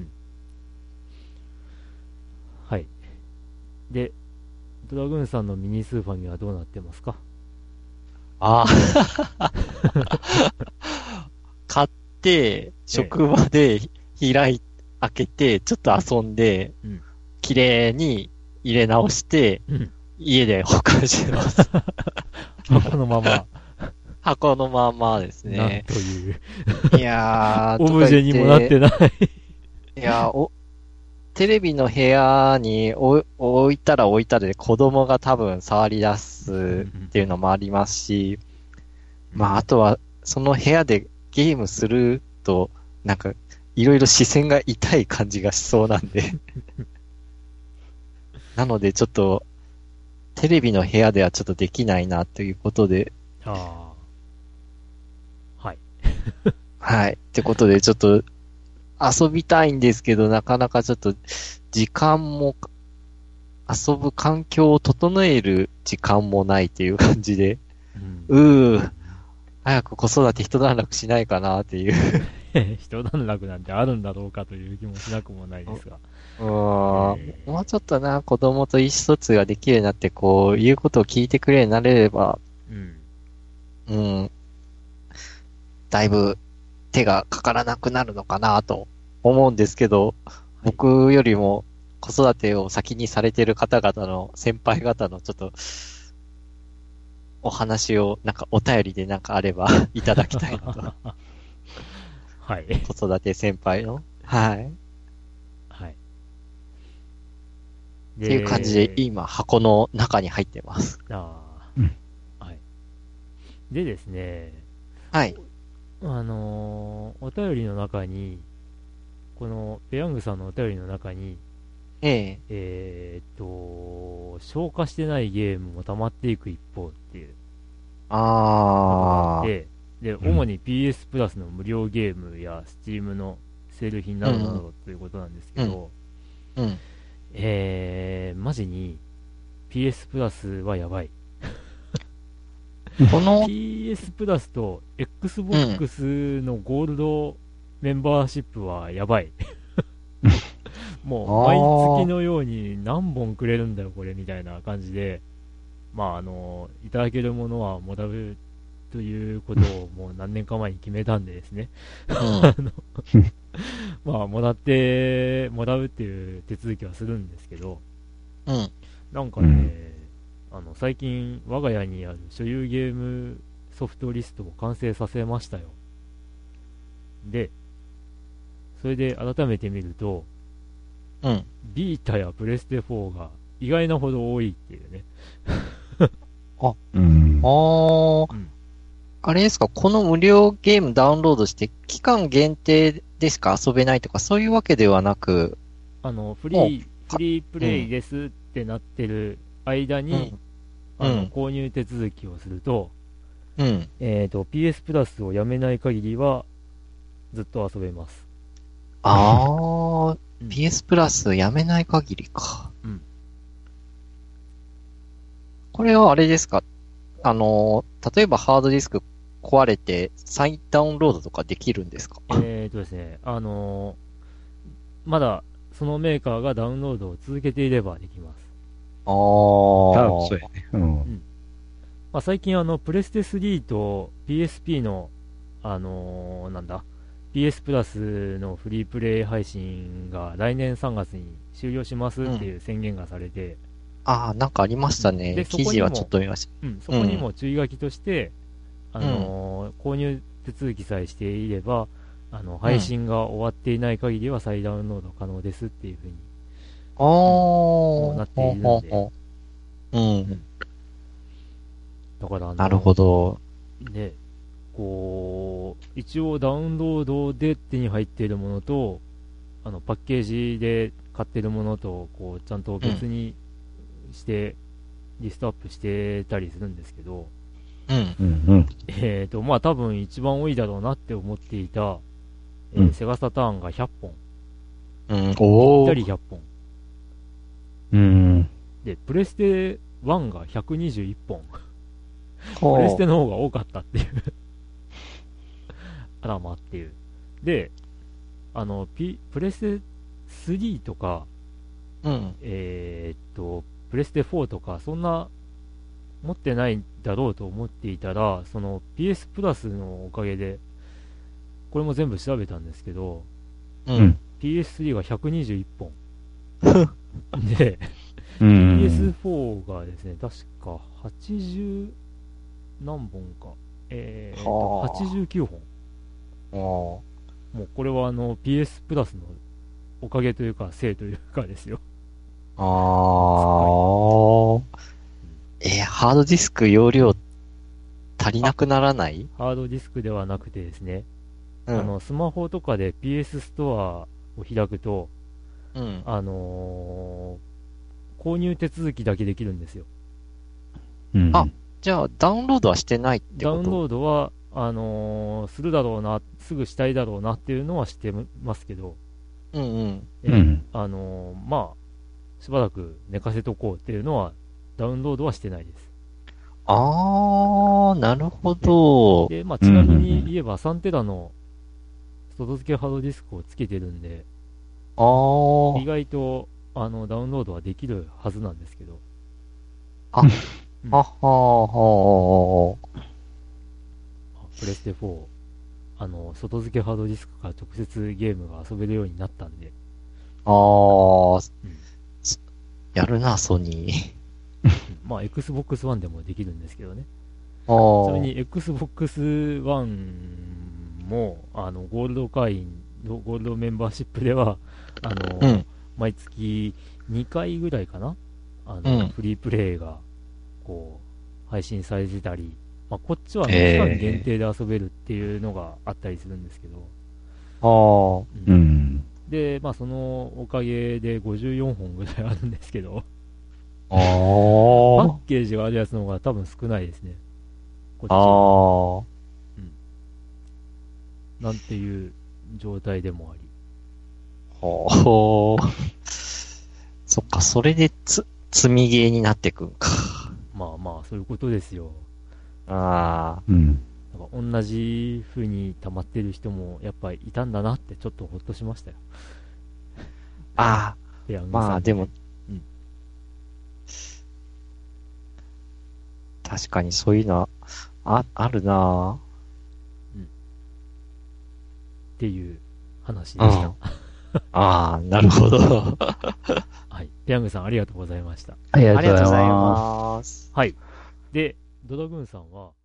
Speaker 1: はい。で、ドラグーンさんのミニスーファミはどうなってますか？
Speaker 4: ああ。買って、職場で開けて、ちょっと遊んで、綺麗に入れ直して、家で保管してます。
Speaker 1: 箱のまま。
Speaker 4: 箱のままですね。
Speaker 1: なんという。
Speaker 4: いやー、
Speaker 1: オブジェにもなってない。
Speaker 4: いやー、テレビの部屋に置いたら置いたで子供が多分触り出すっていうのもありますし、まああとはその部屋でゲームするとなんかいろいろ視線が痛い感じがしそうなんでなのでちょっとテレビの部屋ではちょっとできないなということで、
Speaker 1: はい。
Speaker 4: はい。ってことでちょっと遊びたいんですけど、なかなかちょっと、時間も、遊ぶ環境を整える時間もないっていう感じで、早く子育て一段落しないかなっていう。
Speaker 1: 一段落なんてあるんだろうかという気もしなくもないですが。
Speaker 4: もうちょっとな、子供と意思疎通ができるようになって、こう、言うことを聞いてくれるようになれれば、だいぶ手がかからなくなるのかなと思うんですけど、僕よりも子育てを先にされている方々の先輩方のちょっとお話をなんかお便りでなんかあればいただきたいなと。
Speaker 1: はい。
Speaker 4: 子育て先輩の。はい。
Speaker 1: はい。
Speaker 4: っていう感じで今箱の中に入ってます。
Speaker 1: はい。でですね。
Speaker 4: はい。
Speaker 1: お便りの中に、このペヤングさんのお便りの中に、消化してないゲームも溜まっていく一方っていう。で、主に PS プラスの無料ゲームや Steam のセール品などなどということなんですけど、マジに PS プラスはやばい。
Speaker 4: この
Speaker 1: PS プラスと Xbox のゴールドメンバーシップはやばい。もう毎月のように何本くれるんだよこれみたいな感じで、まあいただけるものはもらうということをもう何年か前に決めたんでですね。まあもらうっていう手続きはするんですけど、なんかね、最近我が家にある所有ゲームソフトリストを完成させましたよ。で、それで改めて見ると、ビータやプレステ4が意外なほど多いっていうね。
Speaker 4: あれですか、この無料ゲームダウンロードして期間限定でしか遊べないとかそういうわけではなく、
Speaker 1: フリープレイですってなってる間に、購入手続きをすると、PS プラスをやめない限りはずっと遊べます。
Speaker 4: PS プラスやめない限りか。これはあれですか、例えばハードディスク壊れて再ダウンロードとかできるんですか？
Speaker 1: ですね、まだそのメーカーがダウンロードを続けていればできます。
Speaker 2: そうやね。
Speaker 1: まあ、最近プレステ3と PSP の、PS プラスのフリープレイ配信が来年3月に終了しますっていう宣言がされて、
Speaker 4: なんかありましたね。記事はちょっと見ました。
Speaker 1: そこにも注意書きとして、購入手続きさえしていれば、配信が終わっていない限りは再ダウンロード可能ですっていうふうに、なっているので。だから
Speaker 4: なるほど。
Speaker 1: ね、一応ダウンロードで手に入っているものと、パッケージで買っているものと、ちゃんと別にして、リストアップしてたりするんですけど、
Speaker 4: うん。
Speaker 2: うんうん。
Speaker 1: まあ多分一番多いだろうなって思っていた、セガサターンが100本。
Speaker 4: うん、
Speaker 1: ぴ
Speaker 4: おー。
Speaker 1: ったり100本。
Speaker 2: うん。
Speaker 1: で、プレステ1が121本。
Speaker 4: ほう
Speaker 1: プレステの方が多かったっていうあらまっていう。で、プレステ3とか、
Speaker 4: うん。
Speaker 1: プレステ4とか、そんな持ってないだろうと思っていたら、その PS プラスのおかげで、これも全部調べたんですけど、
Speaker 4: う
Speaker 2: うんん。
Speaker 1: PS3 が121本。で、
Speaker 2: うん。
Speaker 1: PS4 がですね、確か80何本か。
Speaker 4: はあ
Speaker 1: 89本。
Speaker 4: おー。
Speaker 1: もうこれはPS プラスのおかげというか、せいというかですよ。
Speaker 4: あー。ハードディスク容量足りなくならない
Speaker 1: ハードディスクではなくてですね、
Speaker 4: うん。
Speaker 1: スマホとかで PS ストアを開くと、
Speaker 4: うん。
Speaker 1: 購入手続きだけできるんですよ。
Speaker 2: うん。
Speaker 4: あじゃあ、ダウンロードはしてないって
Speaker 1: ダウン
Speaker 4: こと
Speaker 1: ロードは、するだろうな、すぐしたいだろうなっていうのはしてますけど、
Speaker 4: うんうん。
Speaker 2: うん
Speaker 1: まあ、しばらく寝かせとこうっていうのは、ダウンロードはしてないです。
Speaker 4: あー、なるほど。
Speaker 1: で、まあ、ちなみに言えば3テラの外付けハードディスクをつけてるんで、
Speaker 4: あー。
Speaker 1: 意外と、ダウンロードはできるはずなんですけど、
Speaker 4: あ、
Speaker 1: うん
Speaker 4: ははは
Speaker 1: プレステ4、外付けハードディスクから直接ゲームが遊べるようになったんで、
Speaker 4: あー。
Speaker 1: うん
Speaker 4: やるな、ソニー。
Speaker 1: まあ、Xbox One でもできるんですけどね。
Speaker 4: あー。
Speaker 1: ちなみに Xbox One も、ゴールド会員、ゴールドメンバーシップでは、
Speaker 4: うん。
Speaker 1: 毎月2回ぐらいかな
Speaker 4: うん
Speaker 1: フリープレイが、こう、配信されてたり、まあ、こっちは期間限定で遊べるっていうのがあったりするんですけど、
Speaker 4: あー。
Speaker 2: うん。
Speaker 1: で、まあ、そのおかげで54本ぐらいあるんですけど、
Speaker 4: あ
Speaker 1: パッ
Speaker 4: ー。
Speaker 1: ケージがあるやつの方が多分少ないですね。こっち
Speaker 4: あ
Speaker 1: は。
Speaker 4: ー。
Speaker 1: なんていう状態でもあり。
Speaker 4: ほー。そっか、それで積みゲーになってくんか。
Speaker 1: まあまあ、そういうことですよ。
Speaker 4: あ
Speaker 2: うん。
Speaker 1: なんか同じ風に溜まってる人もやっぱりいたんだなってちょっとほっとしましたよ。
Speaker 4: あー。
Speaker 1: ペヤング
Speaker 4: まあ、
Speaker 1: さんね。
Speaker 4: でも、
Speaker 1: うん。
Speaker 4: 確かにそういうのあるな
Speaker 1: っていう話で
Speaker 4: ぁ。
Speaker 1: した。
Speaker 4: うん。ああ、なるほど。
Speaker 1: はい。ペヤングさんありがとうございました。
Speaker 2: ありがとうござい
Speaker 4: ありがとうござい
Speaker 2: ます。
Speaker 4: ます。
Speaker 1: はい。で、ドラグーンさんは、